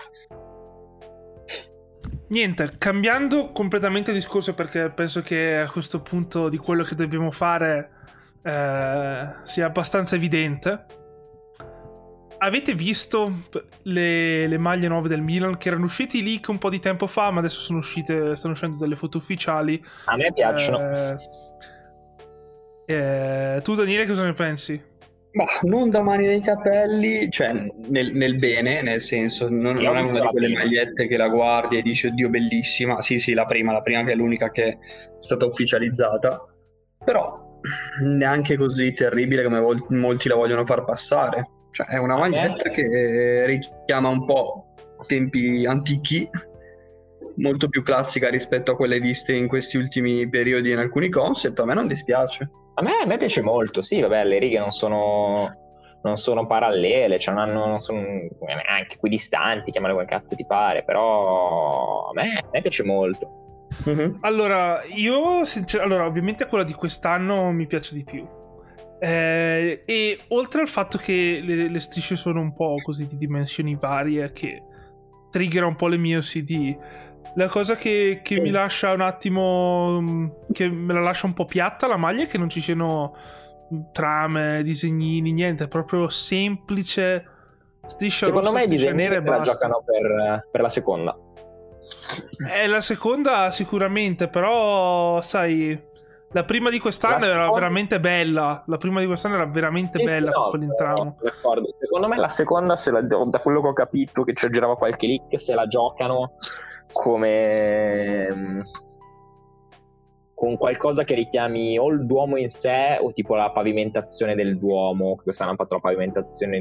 Niente, cambiando completamente discorso, perché penso che a questo punto di quello che dobbiamo fare sia abbastanza evidente. Avete visto le maglie nuove del Milan che erano usciti leak un po' di tempo fa, ma adesso stanno uscendo delle foto ufficiali? A me piacciono. Tu Daniele cosa ne pensi? Ma non da mani nei capelli, cioè nel bene, nel senso non è una di quelle magliette che la guardi e dici oddio bellissima. Sì, la prima che è l'unica che è stata ufficializzata, però neanche così terribile come molti la vogliono far passare. Cioè è una maglietta che richiama un po' tempi antichi, molto più classica rispetto a quelle viste in questi ultimi periodi in alcuni concept. A me non dispiace. A me piace molto, sì, vabbè, le righe non sono parallele, cioè non sono neanche equidistanti, chiamale come cazzo ti pare, però a me piace molto. Mm-hmm. Allora, ovviamente quella di quest'anno mi piace di più. E oltre al fatto che le strisce sono un po' così di dimensioni varie, che triggera un po' le mie OCD, la cosa che mi lascia un attimo, che me la lascia un po' piatta la maglia, è che non ci siano trame, disegnini, niente, è proprio semplice, striscia secondo rossa, me striscia nera e basta. La giocano per la seconda. La seconda sicuramente, però sai, la prima di quest'anno era veramente bella. La prima di quest'anno era veramente bella con quell'intramo. Secondo me la seconda, da quello che ho capito, che ci girava qualche leak, se la giocano come con qualcosa che richiami o il Duomo in sé o tipo la pavimentazione del Duomo. Quest'anno hanno fatto la pavimentazione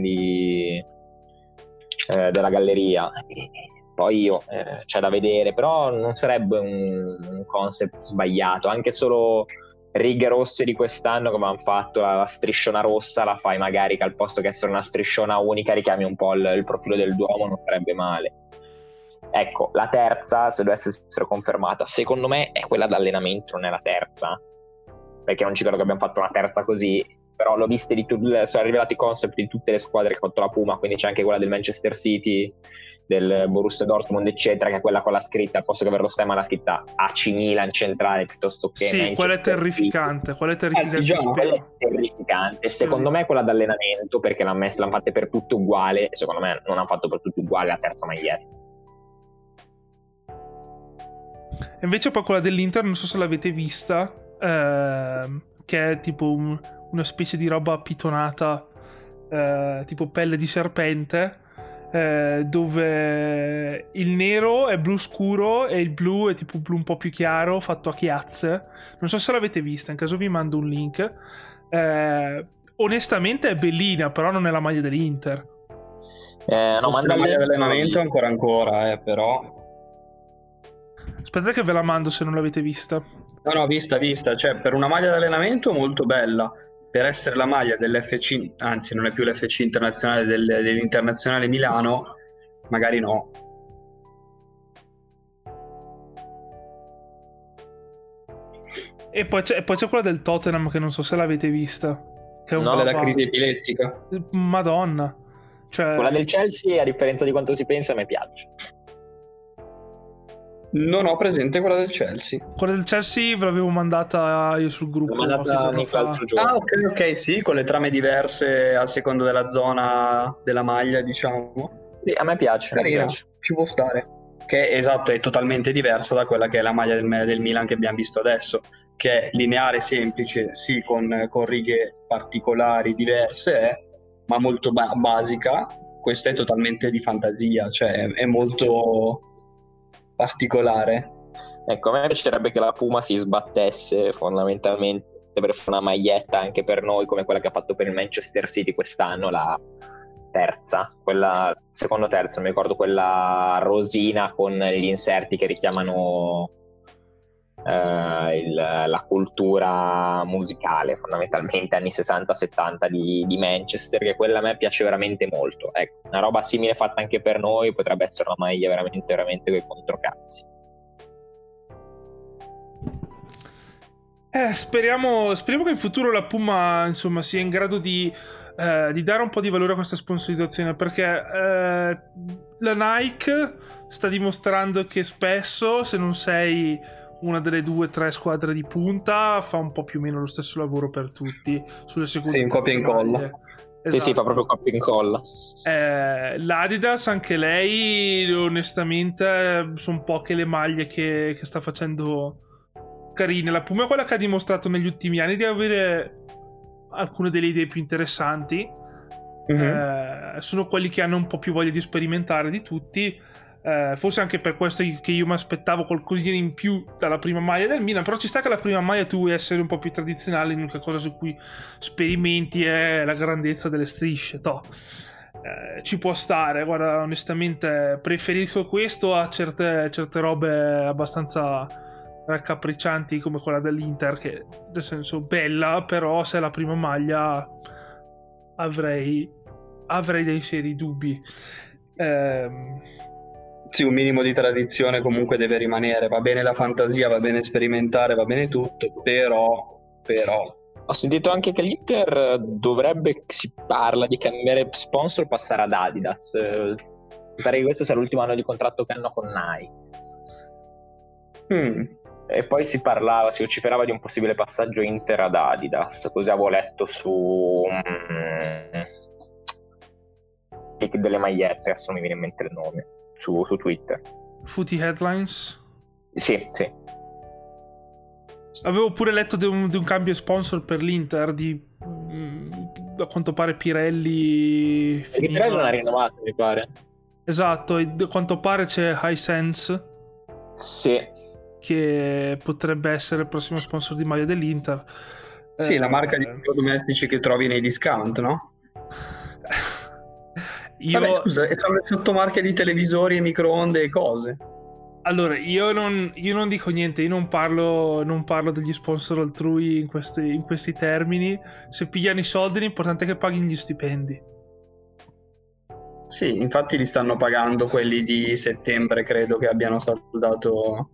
della galleria. Poi c'è da vedere, però non sarebbe un concept sbagliato. Anche solo righe rosse di quest'anno che avevano fatto la strisciona rossa, la fai magari che al posto che essere una strisciona unica richiami un po' il profilo del Duomo, non sarebbe male. Ecco, la terza, se dovesse essere confermata, secondo me è quella d'allenamento, non è la terza, perché non ci credo che abbiamo fatto una terza così. Però l'ho vista sono arrivati i concept di tutte le squadre che ha fatto la Puma, quindi c'è anche quella del Manchester City, del Borussia Dortmund eccetera, che è quella con la scritta, al posto che avere lo stemma la scritta AC Milan centrale piuttosto che sì, Manchester quella è terrificante, quella è terrificante. Secondo me è quella d'allenamento, perché l'hanno fatte per tutte uguale, e secondo me non hanno fatto per tutti uguale la terza maglietta. E invece poi quella dell'Inter, non so se l'avete vista, che è tipo una specie di roba pitonata, tipo pelle di serpente, dove il nero è blu scuro e il blu è tipo blu un po' più chiaro, fatto a chiazze. Non so se l'avete vista, in caso vi mando un link. Onestamente è bellina, però non è la maglia dell'Inter. No, ma la maglia dell'allenamento ancora, però. Aspettate che ve la mando se non l'avete vista. No, vista, cioè per una maglia d'allenamento molto bella, per essere la maglia dell'FC, anzi non è più l'FC internazionale, dell'Internazionale Milano, magari no. E poi c'è quella del Tottenham che non so se l'avete vista, che è quella da crisi epilettica. Madonna, cioè... Quella del Chelsea, a differenza di quanto si pensa, a me piace. Non ho presente quella del Chelsea. Quella del Chelsea ve l'avevo mandata io sul gruppo L'ho mandata qualche giorno Nico fa. l'altro giorno. Ah, ok, sì, con le trame diverse a seconda della zona della maglia, diciamo. Sì, a me piace. Carina, ci può stare. Che esatto, è totalmente diversa da quella che è la maglia del Milan che abbiamo visto adesso, che è lineare, semplice, sì, con righe particolari diverse, ma molto basica. Questa è totalmente di fantasia, cioè è molto particolare. Ecco, a me piacerebbe che la Puma si sbattesse fondamentalmente per fare una maglietta anche per noi, come quella che ha fatto per il Manchester City quest'anno, la terza, quella secondo terza, non mi ricordo, quella rosina con gli inserti che richiamano la cultura musicale, fondamentalmente anni 60-70 di Manchester, che quella a me piace veramente molto. Ecco, una roba simile fatta anche per noi potrebbe essere una maglia veramente veramente coi controcazzi. Speriamo che in futuro la Puma, insomma, sia in grado di dare un po' di valore a questa sponsorizzazione, perché la Nike sta dimostrando che spesso, se non sei una delle 2 o 3 squadre di punta, fa un po' più o meno lo stesso lavoro per tutti sulle seconde. Sì, un copia e incolla. Esatto. Sì, fa proprio copia e incolla. L'Adidas, anche lei, onestamente, sono poche le maglie che sta facendo carine. La Puma è quella che ha dimostrato negli ultimi anni di avere alcune delle idee più interessanti. Sono quelli che hanno un po' più voglia di sperimentare di tutti. Forse anche per questo che io mi aspettavo qualcosina in più dalla prima maglia del Milan, però ci sta che la prima maglia tu vuoi essere un po' più tradizionale, l'unica cosa su cui sperimenti è la grandezza delle strisce. Ci può stare, guarda, onestamente preferisco questo a certe robe abbastanza raccapriccianti come quella dell'Inter, che nel senso bella, però se è la prima maglia avrei dei seri dubbi. Sì, un minimo di tradizione comunque deve rimanere. Va bene la fantasia, va bene sperimentare, va bene tutto, però ho sentito anche che l'Inter dovrebbe, si parla di cambiare sponsor, passare ad Adidas. Mi pare che questo sia l'ultimo anno di contratto che hanno con Nike. E poi si vociferava di un possibile passaggio Inter ad Adidas, così avevo letto su delle magliette, adesso non mi viene in mente il nome, su Twitter. Footy Headlines? Sì. Avevo pure letto di un cambio sponsor per l'Inter a quanto pare Pirelli Pirelli non ha rinnovato, mi pare. Esatto, e a quanto pare c'è Hisense, sì, che potrebbe essere il prossimo sponsor di maglia dell'Inter. Sì, la marca di elettrodomestici che trovi nei discount, no? Vabbè, scusa, e sono le sottomarche di televisori e microonde e cose. Allora, io non dico niente, io non parlo degli sponsor altrui in questi termini. Se pigliano i soldi, l'importante è che paghino gli stipendi. Sì, infatti li stanno pagando quelli di settembre, credo che abbiano saldato.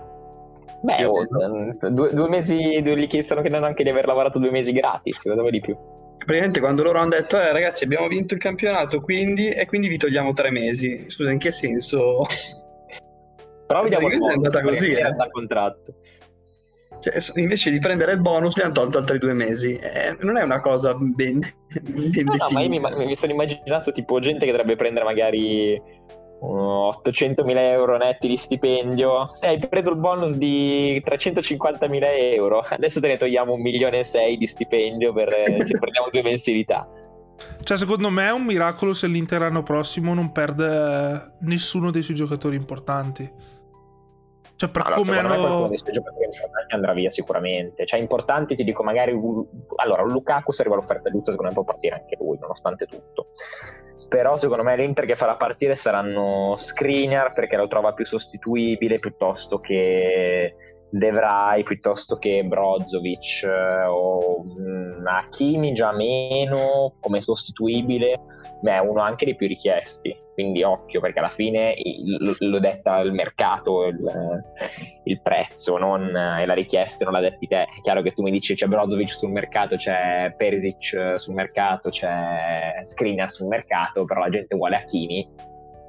Beh, 2 mesi, gli stanno chiedendo anche di aver lavorato 2 mesi gratis, dove di più. Praticamente quando loro hanno detto ragazzi abbiamo vinto il campionato quindi vi togliamo 3 mesi. Scusa, in che senso? Però vediamo è andata così, dal contratto. Cioè, invece di prendere il bonus li hanno tolto altri 2 mesi. Non è una cosa ben definita. Ma io mi sono immaginato tipo gente che dovrebbe prendere magari 800.000 euro netti di stipendio. Se hai preso il bonus di 350.000 euro, adesso te ne togliamo 1,6 milioni di stipendio ci prendiamo 2 mensilità. Cioè, secondo me è un miracolo se l'Inter l'anno prossimo non perde nessuno dei suoi giocatori importanti. Cioè, per come hanno... qualcuno dei suoi giocatori importanti andrà via sicuramente. Cioè, importanti ti dico magari allora un Lukaku, se arriva l'offerta giusta secondo me può partire anche lui nonostante tutto. Però secondo me l'Inter che farà partire saranno Skriniar, perché lo trova più sostituibile, piuttosto che De Vrij, piuttosto che Brozovic, o Hakimi già meno come sostituibile, ma è uno anche dei più richiesti, quindi occhio, perché alla fine lo detta il mercato, il prezzo, e la richiesta non l'ha detti te. È chiaro che tu mi dici c'è Brozovic sul mercato, c'è Perisic sul mercato, c'è Skriniar sul mercato, però la gente vuole Hakimi,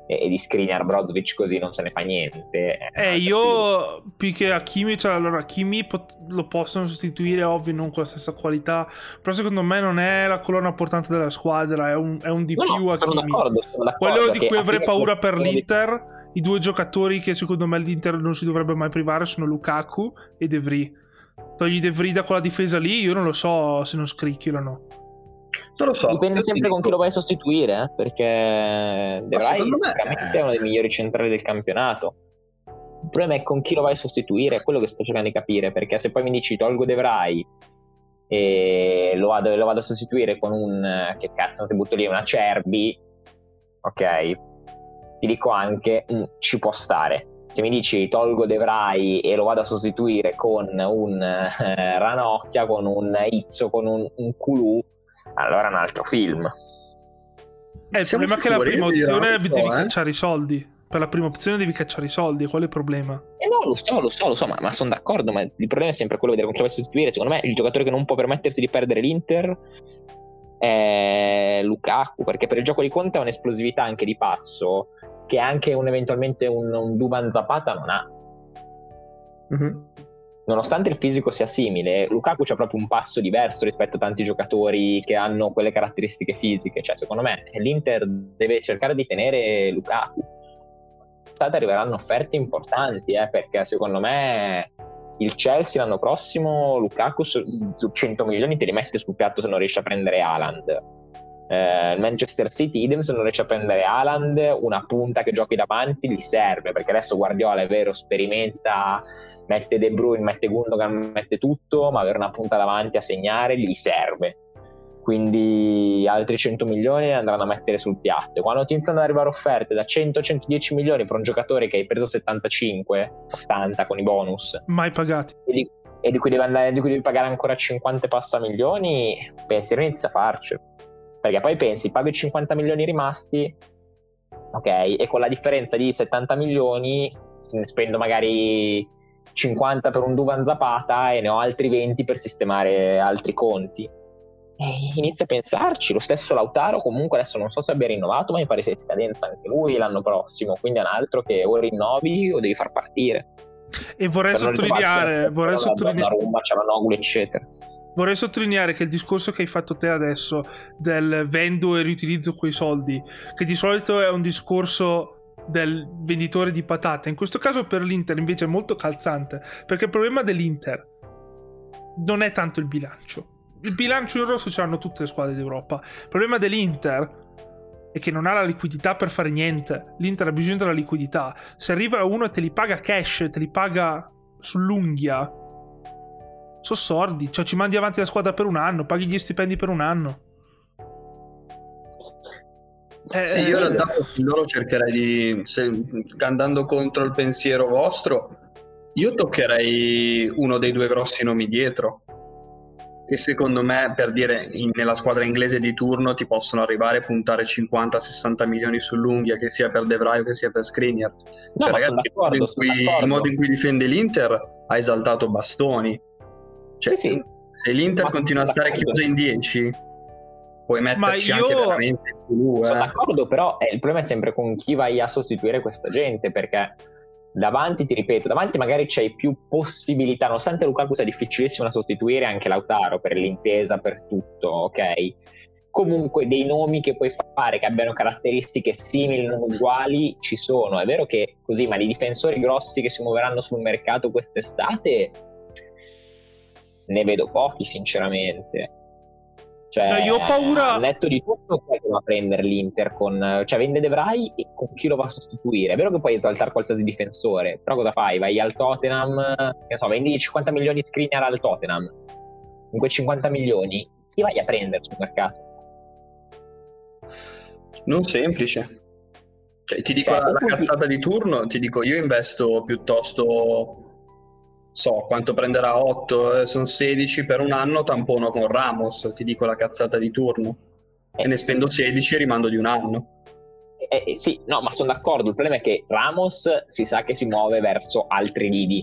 e di Skriniar, Brozovic così non se ne fa niente. Io più che Hakimi, cioè allora Hakimi lo possono sostituire, ovvio, non con la stessa qualità, però secondo me non è la colonna portante della squadra, è un di più Hakimi. Sono d'accordo, quello di cui avrei paura per l'Inter, i due giocatori che secondo me l'Inter non si dovrebbe mai privare sono Lukaku e De Vrij. Togli De Vrij da quella difesa lì, io non lo so se non scricchiolano o no. Non lo so. Dipende sempre con chi lo vai a sostituire, perché De Vrij sicuramente è uno dei migliori centrali del campionato. Il problema è con chi lo vai a sostituire, è quello che sto cercando di capire, perché se poi mi dici tolgo De Vrij e lo vado a sostituire con che cazzo ti butto lì, una Cerbi, ok, ti dico anche ci può stare. Se mi dici tolgo De Vrij e lo vado a sostituire con un Ranocchia, con un Izzo, con un Kulu, allora è un altro film. Il problema è che la prima opzione devi cacciare i soldi. Per la prima opzione devi cacciare i soldi, qual è il problema? No, lo so, ma sono d'accordo, ma il problema è sempre quello di vedere con chi lo vai a sostituire. Secondo me il giocatore che non può permettersi di perdere l'Inter è Lukaku, perché per il gioco di Conte ha un'esplosività anche di passo che anche eventualmente un Duvan Zapata non ha. Mm-hmm. Nonostante il fisico sia simile, Lukaku c'ha proprio un passo diverso rispetto a tanti giocatori che hanno quelle caratteristiche fisiche. Cioè, secondo me l'Inter deve cercare di tenere Lukaku. Arriveranno offerte importanti, perché secondo me il Chelsea l'anno prossimo Lukaku su 100 milioni te li mette sul piatto se non riesce a prendere Haaland. Il Manchester City idem, se non riesce a prendere Haaland, una punta che giochi davanti gli serve, perché adesso Guardiola è vero, sperimenta, mette De Bruyne, mette Gundogan, mette tutto, ma avere una punta davanti a segnare gli serve. Quindi altri 100 milioni andranno a mettere sul piatto. Quando ti iniziano ad arrivare offerte da 100-110 milioni per un giocatore che hai preso 75-80 con i bonus, mai pagati, e di cui devi pagare ancora 50 e passa milioni, pensiero inizia a farci, perché poi pensi pago i 50 milioni rimasti, ok, e con la differenza di 70 milioni spendo magari 50 per un Duvan Zapata e ne ho altri 20 per sistemare altri conti. Inizia a pensarci. Lo stesso Lautaro comunque adesso non so se abbia rinnovato, ma mi pare sia in scadenza anche lui l'anno prossimo, quindi è un altro che o rinnovi o devi far partire. E vorrei sottolineare eccetera. Vorrei sottolineare che il discorso che hai fatto te adesso del vendo e riutilizzo quei soldi, che di solito è un discorso del venditore di patate, in questo caso per l'Inter invece è molto calzante, perché il problema dell'Inter non è tanto il bilancio. Il bilancio in rosso ce l'hanno tutte le squadre d'Europa. Il problema dell'Inter è che non ha la liquidità per fare niente. L'Inter ha bisogno della liquidità. Se arriva uno e te li paga cash, te li paga sull'unghia, sono sordi. Cioè ci mandi avanti la squadra per un anno, paghi gli stipendi per un anno. Sì, io in realtà loro cercherei di, andando contro il pensiero vostro, io toccherei uno dei due grossi nomi dietro, che secondo me, per dire, nella squadra inglese di turno ti possono arrivare a puntare 50-60 milioni sull'unghia, che sia per De Vrij o che sia per Skriniar. Cioè, ragazzi, il modo in cui difende l'Inter ha esaltato bastoni. Cioè, sì. Se l'Inter continua a stare chiusa in 10, puoi metterci anche veramente più. Sono d'accordo, però il problema è sempre con chi vai a sostituire questa gente, perché davanti, ti ripeto, davanti magari c'hai più possibilità, nonostante Lukaku sia difficilissimo da sostituire, anche Lautaro per l'intesa, per tutto, ok? Comunque dei nomi che puoi fare che abbiano caratteristiche simili, non uguali, ci sono. È vero che così, ma di difensori grossi che si muoveranno sul mercato quest'estate ne vedo pochi, sinceramente. Cioè, io ho paura. Al netto di tutto, poi va a prendere l'Inter cioè vende De Vrij e con chi lo va a sostituire? È vero che puoi esaltare qualsiasi difensore, però cosa fai? Vai al Tottenham, che so, vendi 50 milioni di Skriniar al Tottenham. Con quei 50 milioni chi vai a prendere sul mercato? Non semplice. Cioè, ti dico la cazzata di turno, ti dico io investo piuttosto, so quanto prenderà 8, sono 16 per un anno, tampono con Ramos, ti dico la cazzata di turno, e ne spendo 16 e rimando di un anno. Sì, no, ma sono d'accordo. Il problema è che Ramos si sa che si muove verso altri lidi,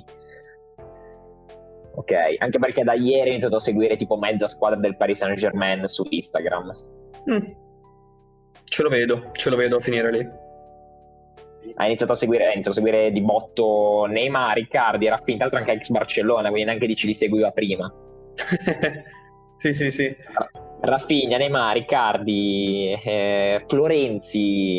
ok? Anche perché da ieri ho iniziato a seguire tipo mezza squadra del Paris Saint-Germain su Instagram. Ce lo vedo a finire lì. Ha iniziato a seguire di botto Neymar, Riccardi, era finta l'altro anche ex Barcellona, quindi neanche dici li seguiva prima. Sì. Rafinha, Neymar, Riccardi, Florenzi,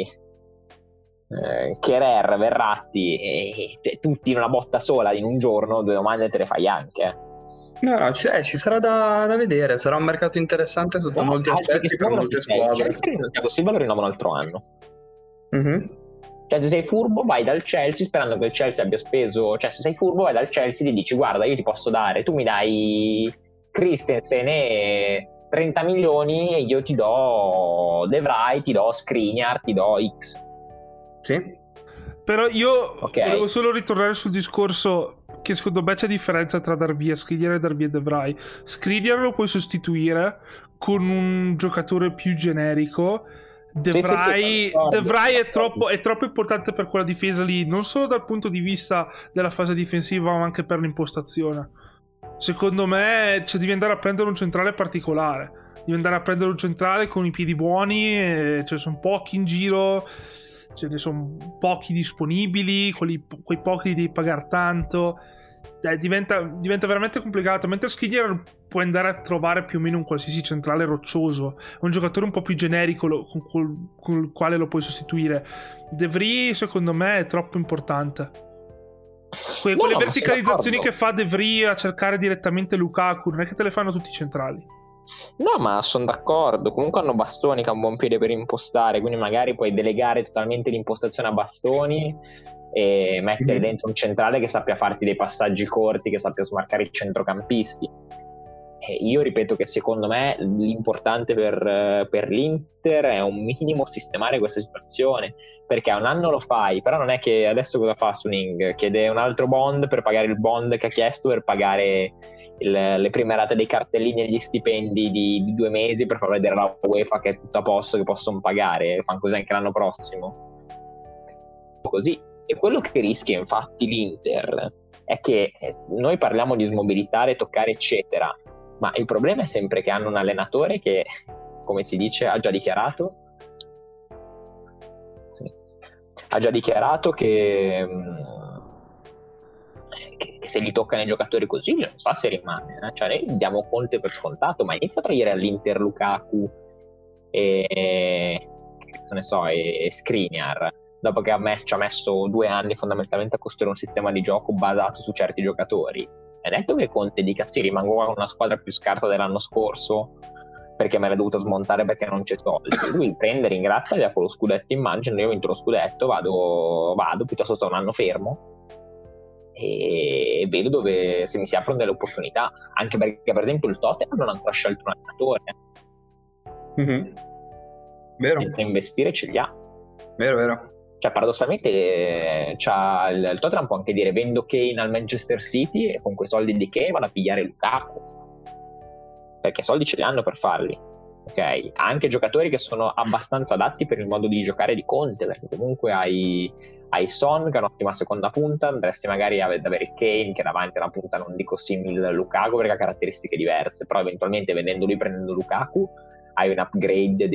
Cherer, Verratti, tutti in una botta sola in un giorno, 2 domande te le fai anche. No, ci sarà da vedere, sarà un mercato interessante sotto molti aspetti per molte squadre. Thiago Silva lo rinnovo un altro anno. Mm-hmm. Cioè, se sei furbo vai dal Chelsea sperando che il Chelsea abbia speso, cioè se sei furbo vai dal Chelsea e gli dici guarda io ti posso dare, tu mi dai Christensen e 30 milioni e io ti do De Vrij, ti do Skriniar, ti do X. Sì. Però io volevo solo ritornare sul discorso che secondo me c'è differenza tra dar via Skriniar e dar via De Vrij. Skriniar lo puoi sostituire con un giocatore più generico. De Vrij è troppo importante per quella difesa lì, non solo dal punto di vista della fase difensiva ma anche per l'impostazione. Secondo me devi andare a prendere un centrale particolare, devi andare a prendere un centrale con i piedi buoni, ce ne sono pochi in giro, ce ne sono pochi disponibili, quei pochi li devi pagare tanto, diventa veramente complicato. Mentre Skriniar puoi andare a trovare più o meno un qualsiasi centrale roccioso, un giocatore un po' più generico con il quale lo puoi sostituire. De Vrij secondo me è troppo importante. Quelle verticalizzazioni che fa De Vrij a cercare direttamente Lukaku non è che te le fanno tutti i centrali. No, ma sono d'accordo. Comunque hanno Bastoni che ha un buon piede per impostare, quindi magari puoi delegare totalmente l'impostazione a Bastoni e mettere dentro un centrale che sappia farti dei passaggi corti, che sappia smarcare i centrocampisti. E io ripeto che secondo me l'importante per l'Inter è un minimo sistemare questa situazione, perché a un anno lo fai, però non è che adesso cosa fa Suning? Chiede un altro bond per pagare il bond che ha chiesto, per pagare le prime rate dei cartellini e gli stipendi di 2 mesi, per far vedere alla UEFA che è tutto a posto, che possono pagare, fanno così anche l'anno prossimo. Così. E quello che rischia infatti l'Inter è che noi parliamo di smobilitare, toccare eccetera, ma il problema è sempre che hanno un allenatore che, come si dice, ha già dichiarato che se gli toccano i giocatori così non sa se rimane, cioè noi diamo Conte per scontato, ma inizia a togliere all'Inter Lukaku e Skriniar dopo che ci ha messo 2 anni fondamentalmente a costruire un sistema di gioco basato su certi giocatori. È detto che Conte dica sì, rimango con una squadra più scarsa dell'anno scorso perché me l'ha dovuta smontare perché non c'è soldi. Lui prende, ringrazia, via con lo scudetto in mano, io ho vinto lo scudetto, vado piuttosto sto un anno fermo e vedo dove se mi si aprono delle opportunità, anche perché per esempio il Tottenham non ha ancora scelto un allenatore. Vero. Senza investire ce li ha. Vero. Cioè paradossalmente il Tottenham può anche dire vendo Kane al Manchester City e con quei soldi di Kane vanno a pigliare Lukaku, perché soldi ce li hanno per farli, ok? Ha anche giocatori che sono abbastanza adatti per il modo di giocare di Conte, perché comunque hai Son che è un'ottima seconda punta, andresti magari ad avere Kane che davanti è una punta non dico simile a Lukaku perché ha caratteristiche diverse, però eventualmente vendendo lui prendendo Lukaku hai un upgrade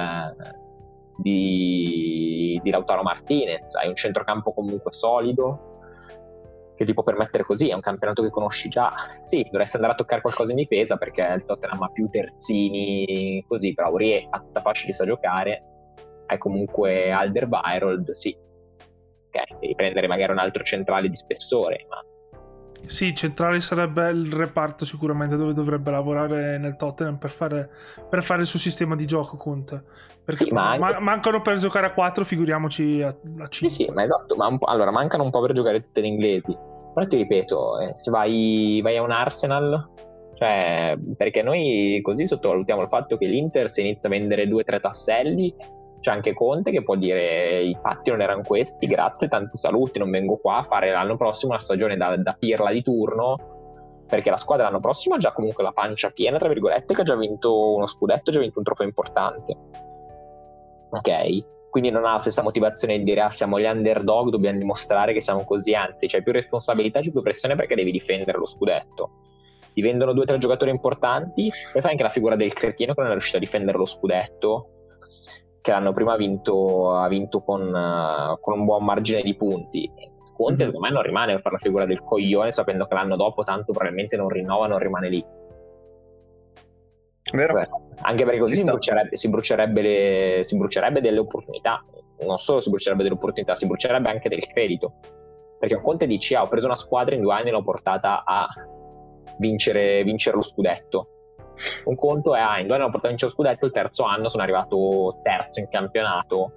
di Lautaro Martinez, hai un centrocampo comunque solido che ti può permettere così, è un campionato che conosci già. Sì, dovresti andare a toccare qualcosa in difesa perché il Tottenham ha più terzini così, però Aurier a tutta fascia li sa giocare, hai comunque Alderweireld, sì, ok, devi prendere magari un altro centrale di spessore, ma sì, centrale sarebbe il reparto sicuramente dove dovrebbe lavorare nel Tottenham per fare il suo sistema di gioco Conte, perché sì, ma mancano per giocare a 4, figuriamoci a 5. Sì, ma esatto, allora mancano un po' per giocare tutte le inglesi, però ti ripeto, se vai a un Arsenal, cioè perché noi così sottovalutiamo il fatto che l'Inter se inizia a vendere 2-3 tasselli c'è anche Conte che può dire i fatti non erano questi, grazie, tanti saluti, non vengo qua a fare l'anno prossimo una stagione da pirla di turno, perché la squadra l'anno prossimo ha già comunque la pancia piena tra virgolette, che ha già vinto uno scudetto, ha già vinto un trofeo importante, ok? Quindi non ha la stessa motivazione di dire siamo gli underdog, dobbiamo dimostrare che siamo così, anzi c'hai più responsabilità, c'è più pressione perché devi difendere lo scudetto. Ti vendono 2-3 giocatori importanti, poi fai anche la figura del cretino che non è riuscito a difendere lo scudetto, che l'anno prima ha vinto con un buon margine di punti. Conte secondo me non rimane a fare la figura del coglione, sapendo che l'anno dopo tanto probabilmente non rinnova, non rimane lì. Vero? Beh, anche perché così si brucerebbe delle opportunità. Non solo si brucerebbe delle opportunità, si brucerebbe anche del credito, perché un Conte dice ho preso una squadra in 2 anni e l'ho portata a vincere lo scudetto. Un conto è in 2 anni l'ho portata a vincere lo scudetto, il terzo anno sono arrivato terzo in campionato,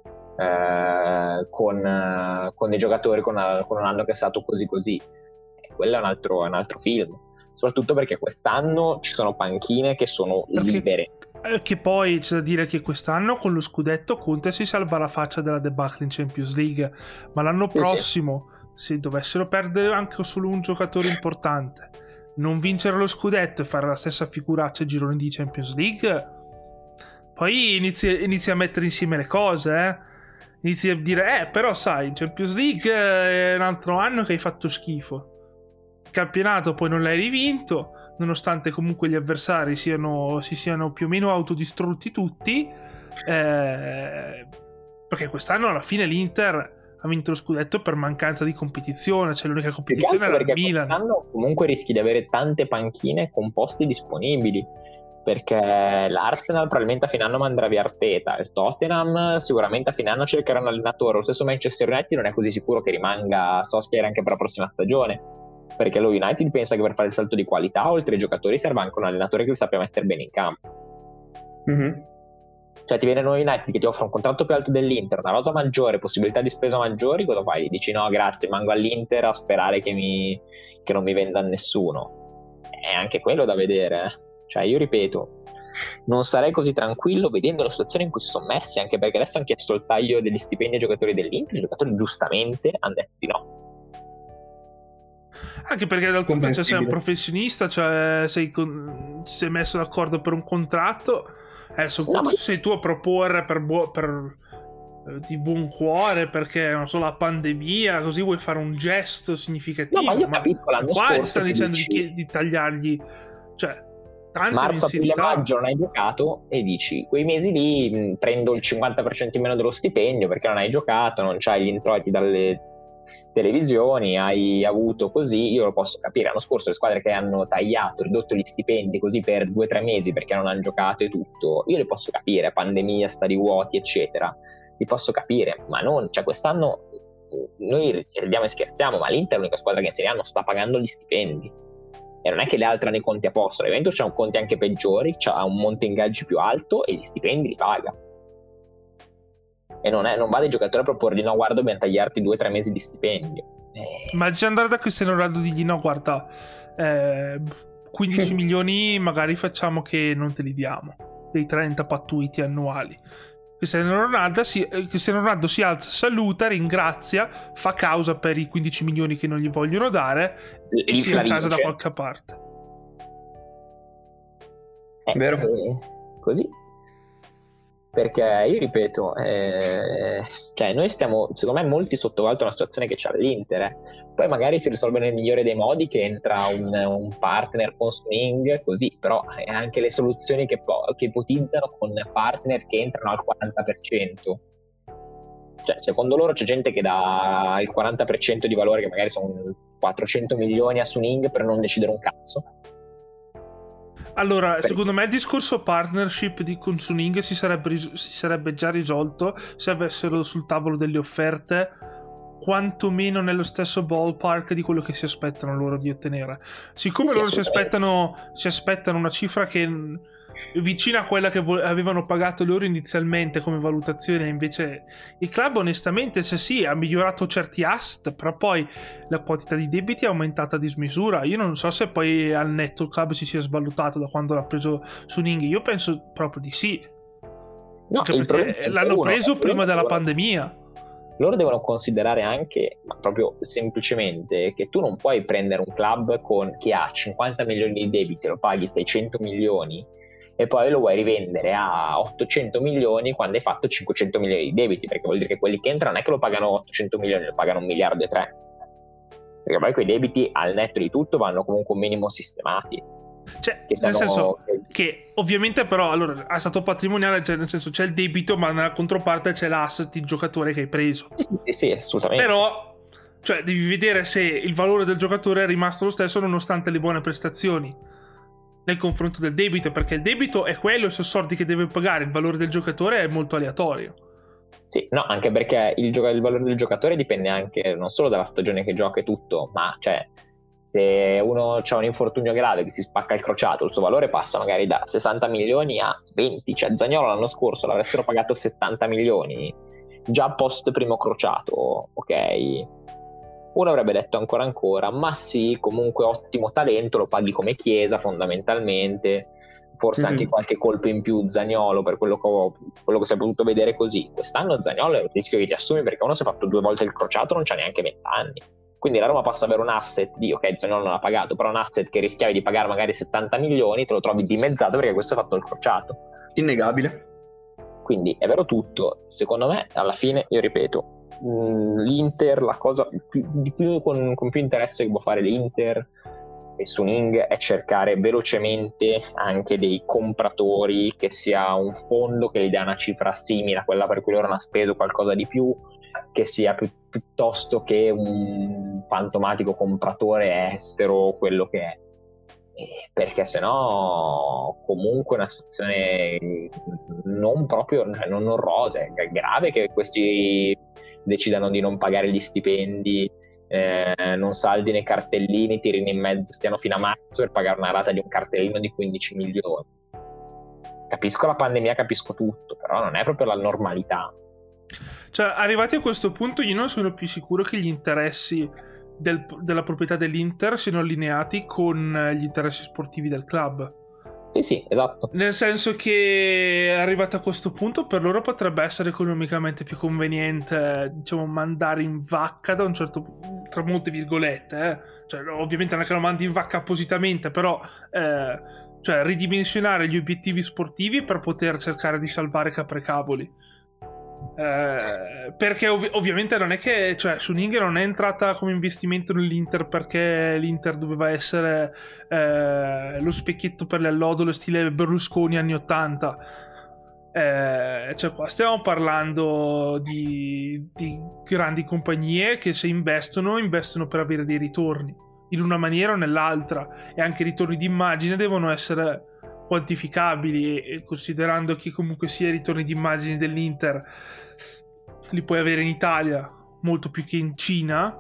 con dei giocatori con un anno che è stato così. Quello è un altro film, soprattutto perché quest'anno ci sono panchine che sono libere. Che poi c'è da dire che quest'anno con lo scudetto Conte si salva la faccia della debacle in Champions League, ma l'anno prossimo se dovessero perdere anche solo un giocatore importante, non vincere lo scudetto e fare la stessa figuraccia ai gironi di Champions League, poi inizi a mettere insieme le cose, inizi a dire però sai, in Champions League è un altro anno che hai fatto schifo, il campionato poi non l'hai rivinto, nonostante comunque gli avversari si siano più o meno autodistrutti tutti, perché quest'anno alla fine l'Inter ha vinto lo scudetto per mancanza di competizione, cioè l'unica competizione era il Milan. Quest'anno comunque rischi di avere tante panchine con posti disponibili, perché l'Arsenal probabilmente a fine anno manderà via Arteta, il Tottenham sicuramente a fine anno cercherà un allenatore, lo stesso Manchester United non è così sicuro che rimanga Solskjaer anche per la prossima stagione, perché lo United pensa che per fare il salto di qualità oltre ai giocatori serva anche un allenatore che li sappia mettere bene in campo. Cioè ti viene uno United che ti offre un contratto più alto dell'Inter, una rosa maggiore, possibilità di spesa maggiori, cosa fai? Dici no grazie, mango all'Inter a sperare che non mi venda nessuno. È anche quello da vedere, Cioè io ripeto, non sarei così tranquillo vedendo la situazione in cui si sono messi, anche perché adesso hanno chiesto il taglio degli stipendi ai giocatori dell'Inter, i giocatori giustamente hanno detto di no. Anche perché d'altronde se sei un professionista, cioè sei messo d'accordo per un contratto, soprattutto se sei tu a proporre di buon cuore, perché non so, la pandemia, così vuoi fare un gesto significativo. No, ma io capisco, l'anno scorso stanno dicendo di tagliargli, cioè marzo, aprile, maggio non hai giocato e dici quei mesi lì prendo il 50% in meno dello stipendio perché non hai giocato, non c'hai gli introiti dalle televisioni, hai avuto così, io lo posso capire. L'anno scorso le squadre che hanno tagliato, ridotto gli stipendi così per 2-3 mesi perché non hanno giocato e tutto, io le posso capire, pandemia, stadi vuoti eccetera, li posso capire, ma non, cioè quest'anno noi ridiamo e scherziamo, ma l'Inter è l'unica squadra che in Serie A non sta pagando gli stipendi e non è che le altre hanno i conti a posto, l'evento c'ha un conti anche peggiori, c'ha un monte ingaggi più alto e gli stipendi li paga. E non va dai giocatori a proporgli no guarda dobbiamo tagliarti 2-3 mesi di stipendio, ma dice andare da Cristiano Ronaldo e digli no guarda 15 milioni magari facciamo che non te li diamo, dei 30 pattuiti annuali. Cristiano Ronaldo si alza, saluta, ringrazia, fa causa per i 15 milioni che non gli vogliono dare e si va a casa da qualche parte. Vero? Così. Perché io ripeto, cioè noi stiamo, secondo me molti sottovalutano la situazione che c'è all'Inter, poi magari si risolve nel migliore dei modi che entra un partner con Swing così, però anche le soluzioni che ipotizzano con partner che entrano al 40%, cioè secondo loro c'è gente che dà il 40% di valore, che magari sono 400 milioni a Swing per non decidere un cazzo. Allora, secondo me il discorso partnership con Suning si sarebbe già risolto se avessero sul tavolo delle offerte quantomeno nello stesso ballpark di quello che si aspettano loro di ottenere. Siccome loro si aspettano una cifra che è vicina a quella che avevano pagato loro inizialmente come valutazione, invece il club onestamente ha migliorato certi asset, però poi la quantità di debiti è aumentata a dismisura. Io non so se poi al netto il club si sia svalutato da quando l'ha preso Suning, io penso proprio di sì, no, perché l'hanno preso prima della pandemia. Loro devono considerare anche, ma proprio semplicemente, che tu non puoi prendere un club che ha 50 milioni di debiti, lo paghi 600 milioni e poi lo vuoi rivendere a 800 milioni quando hai fatto 500 milioni di debiti, perché vuol dire che quelli che entrano non è che lo pagano 800 milioni, lo pagano 1,3 miliardi, perché poi quei debiti al netto di tutto vanno comunque un minimo sistemati. Cioè, nel senso, che ovviamente però allora a stato patrimoniale, cioè nel senso c'è il debito, ma nella controparte c'è l'asset, il giocatore che hai preso. Sì, assolutamente. Però cioè devi vedere se il valore del giocatore è rimasto lo stesso nonostante le buone prestazioni nel confronto del debito, perché il debito è quello, i soldi che deve pagare, il valore del giocatore è molto aleatorio. Sì, no, anche perché il valore del giocatore dipende anche non solo dalla stagione che gioca e tutto, ma cioè se uno ha un infortunio grave che si spacca il crociato, il suo valore passa magari da 60 milioni a 20, cioè Zaniolo l'anno scorso l'avessero pagato 70 milioni già post primo crociato, ok? Uno avrebbe detto ancora, ma sì, comunque ottimo talento, lo paghi come Chiesa fondamentalmente, forse anche qualche colpo in più Zaniolo per quello che si è potuto vedere così. Quest'anno Zaniolo è un rischio che ti assumi perché uno si è fatto 2 volte il crociato, non c'ha neanche 20 anni. Quindi la Roma passa ad avere un asset di, ok, Zaniolo non l'ha pagato, però un asset che rischiavi di pagare magari 70 milioni, te lo trovi dimezzato perché questo ha fatto il crociato. Innegabile. Quindi è vero tutto. Secondo me, alla fine, io ripeto, l'Inter, la cosa con più interesse che può fare l'Inter e Suning è cercare velocemente anche dei compratori, che sia un fondo che gli dà una cifra simile a quella per cui loro hanno speso qualcosa di più, che sia piuttosto che un fantomatico compratore estero, quello che è, perché sennò comunque una situazione non proprio, cioè non rosa, è grave che questi decidano di non pagare gli stipendi, non saldino i cartellini, tirino in mezzo, stiano fino a marzo per pagare una rata di un cartellino di 15 milioni. Capisco la pandemia, capisco tutto, però non è proprio la normalità. Cioè, arrivati a questo punto, io non sono più sicuro che gli interessi della proprietà dell'Inter siano allineati con gli interessi sportivi del club. Sì, esatto. Nel senso che arrivato a questo punto per loro potrebbe essere economicamente più conveniente, diciamo, mandare in vacca da un certo punto, tra molte virgolette, cioè ovviamente non è che lo mandi in vacca appositamente, però cioè ridimensionare gli obiettivi sportivi per poter cercare di salvare caprecavoli. Perché ovviamente non è che, cioè, Suning non è entrata come investimento nell'Inter perché l'Inter doveva essere lo specchietto per le allodole stile Berlusconi anni 80. Cioè qua stiamo parlando di grandi compagnie che se investono per avere dei ritorni in una maniera o nell'altra, e anche i ritorni di immagine devono essere quantificabili, e considerando che comunque sia i ritorni di immagini dell'Inter li puoi avere in Italia molto più che in Cina,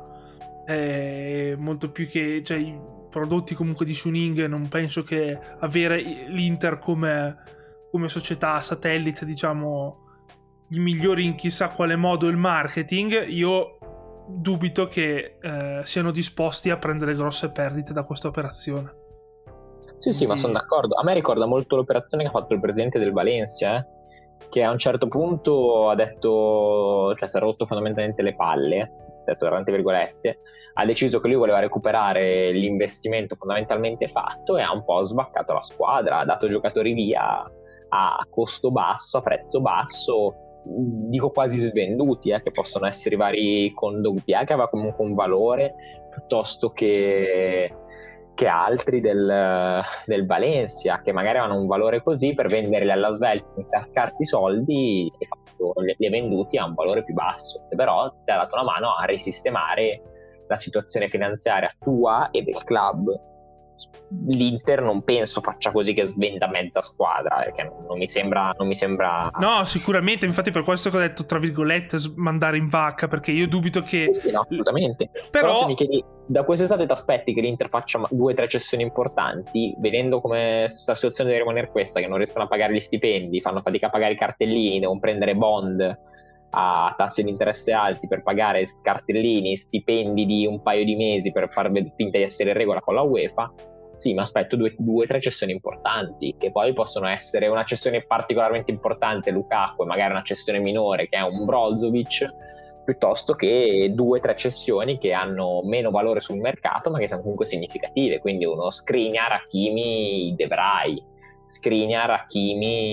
molto più che, cioè, i prodotti comunque di Suning, non penso che avere l'Inter come società satellite, diciamo, gli migliori in chissà quale modo il marketing. Io dubito che siano disposti a prendere grosse perdite da questa operazione. Sì, ma sono d'accordo. A me ricorda molto l'operazione che ha fatto il presidente del Valencia, che a un certo punto ha detto, cioè si è rotto fondamentalmente le palle, detto tra virgolette, ha deciso che lui voleva recuperare l'investimento fondamentalmente fatto e ha un po' svaccato la squadra, ha dato giocatori via a costo basso, a prezzo basso, dico quasi svenduti, che possono essere i vari Kondogbia, che aveva comunque un valore, piuttosto che altri del Valencia, che magari avevano un valore così, per venderli alla svelta, incascarti i soldi, e li hai venduti a un valore più basso, che però ti ha dato una mano a risistemare la situazione finanziaria tua e del club. L'Inter non penso faccia così, che svenda mezza squadra, perché non mi sembra. No, sicuramente, infatti per questo che ho detto tra virgolette mandare in vacca, perché io dubito che sì, no, assolutamente. Però se mi chiedi, da quest'estate ti aspetti che l'Inter faccia 2 o 3 cessioni importanti, vedendo come sta situazione deve rimanere questa, che non riescono a pagare gli stipendi, fanno fatica a pagare i cartellini, devono prendere bond a tassi di interesse alti per pagare cartellini, stipendi di un paio di mesi per far finta di essere in regola con la UEFA. Sì, mi aspetto 2 o 3 cessioni importanti, che poi possono essere una cessione particolarmente importante, Lukaku, e magari una cessione minore, che è un Brozovic, piuttosto che 2 o 3 cessioni che hanno meno valore sul mercato, ma che sono comunque significative. Quindi uno Skriniar, Hakimi, De Vrij, Skriniar,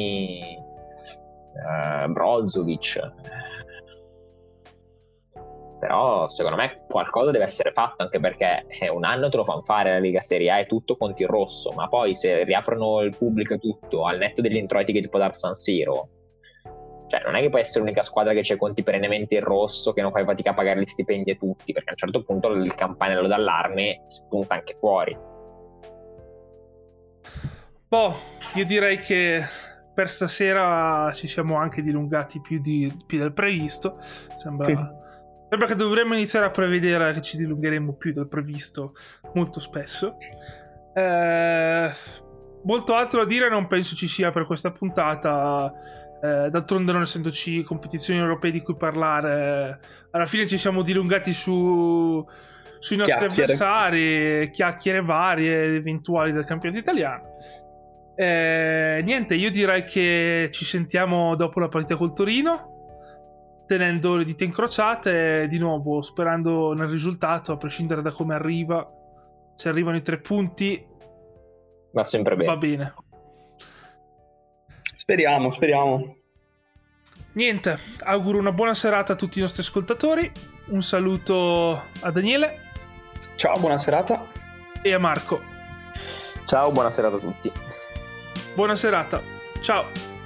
Hakimi, Brozovic. Però secondo me qualcosa deve essere fatto, anche perché un anno te lo fanno fare la Lega Serie A e tutto conti il rosso, ma poi se riaprono il pubblico e tutto al netto degli introiti che ti può dar San Siro, cioè non è che puoi essere l'unica squadra che c'è conti perennemente il rosso, che non fai fatica a pagare gli stipendi e tutti, perché a un certo punto il campanello d'allarme spunta anche fuori. Boh, io direi che per stasera ci siamo anche dilungati più del previsto. Sembra che dovremmo iniziare a prevedere che ci dilungheremo più del previsto molto spesso. Molto altro da dire non penso ci sia per questa puntata. D'altronde, non essendoci competizioni europee di cui parlare, alla fine ci siamo dilungati sui nostri avversari, chiacchiere varie eventuali del campionato italiano. Niente, io direi che ci sentiamo dopo la partita col Torino, tenendo le dita incrociate, di nuovo sperando nel risultato, a prescindere da come arriva. Se arrivano i 3 punti va sempre bene. Va bene. Speriamo. Niente, auguro una buona serata a tutti i nostri ascoltatori. Un saluto a Daniele. Ciao, buona serata. E a Marco. Ciao, buona serata a tutti. Buona serata. Ciao.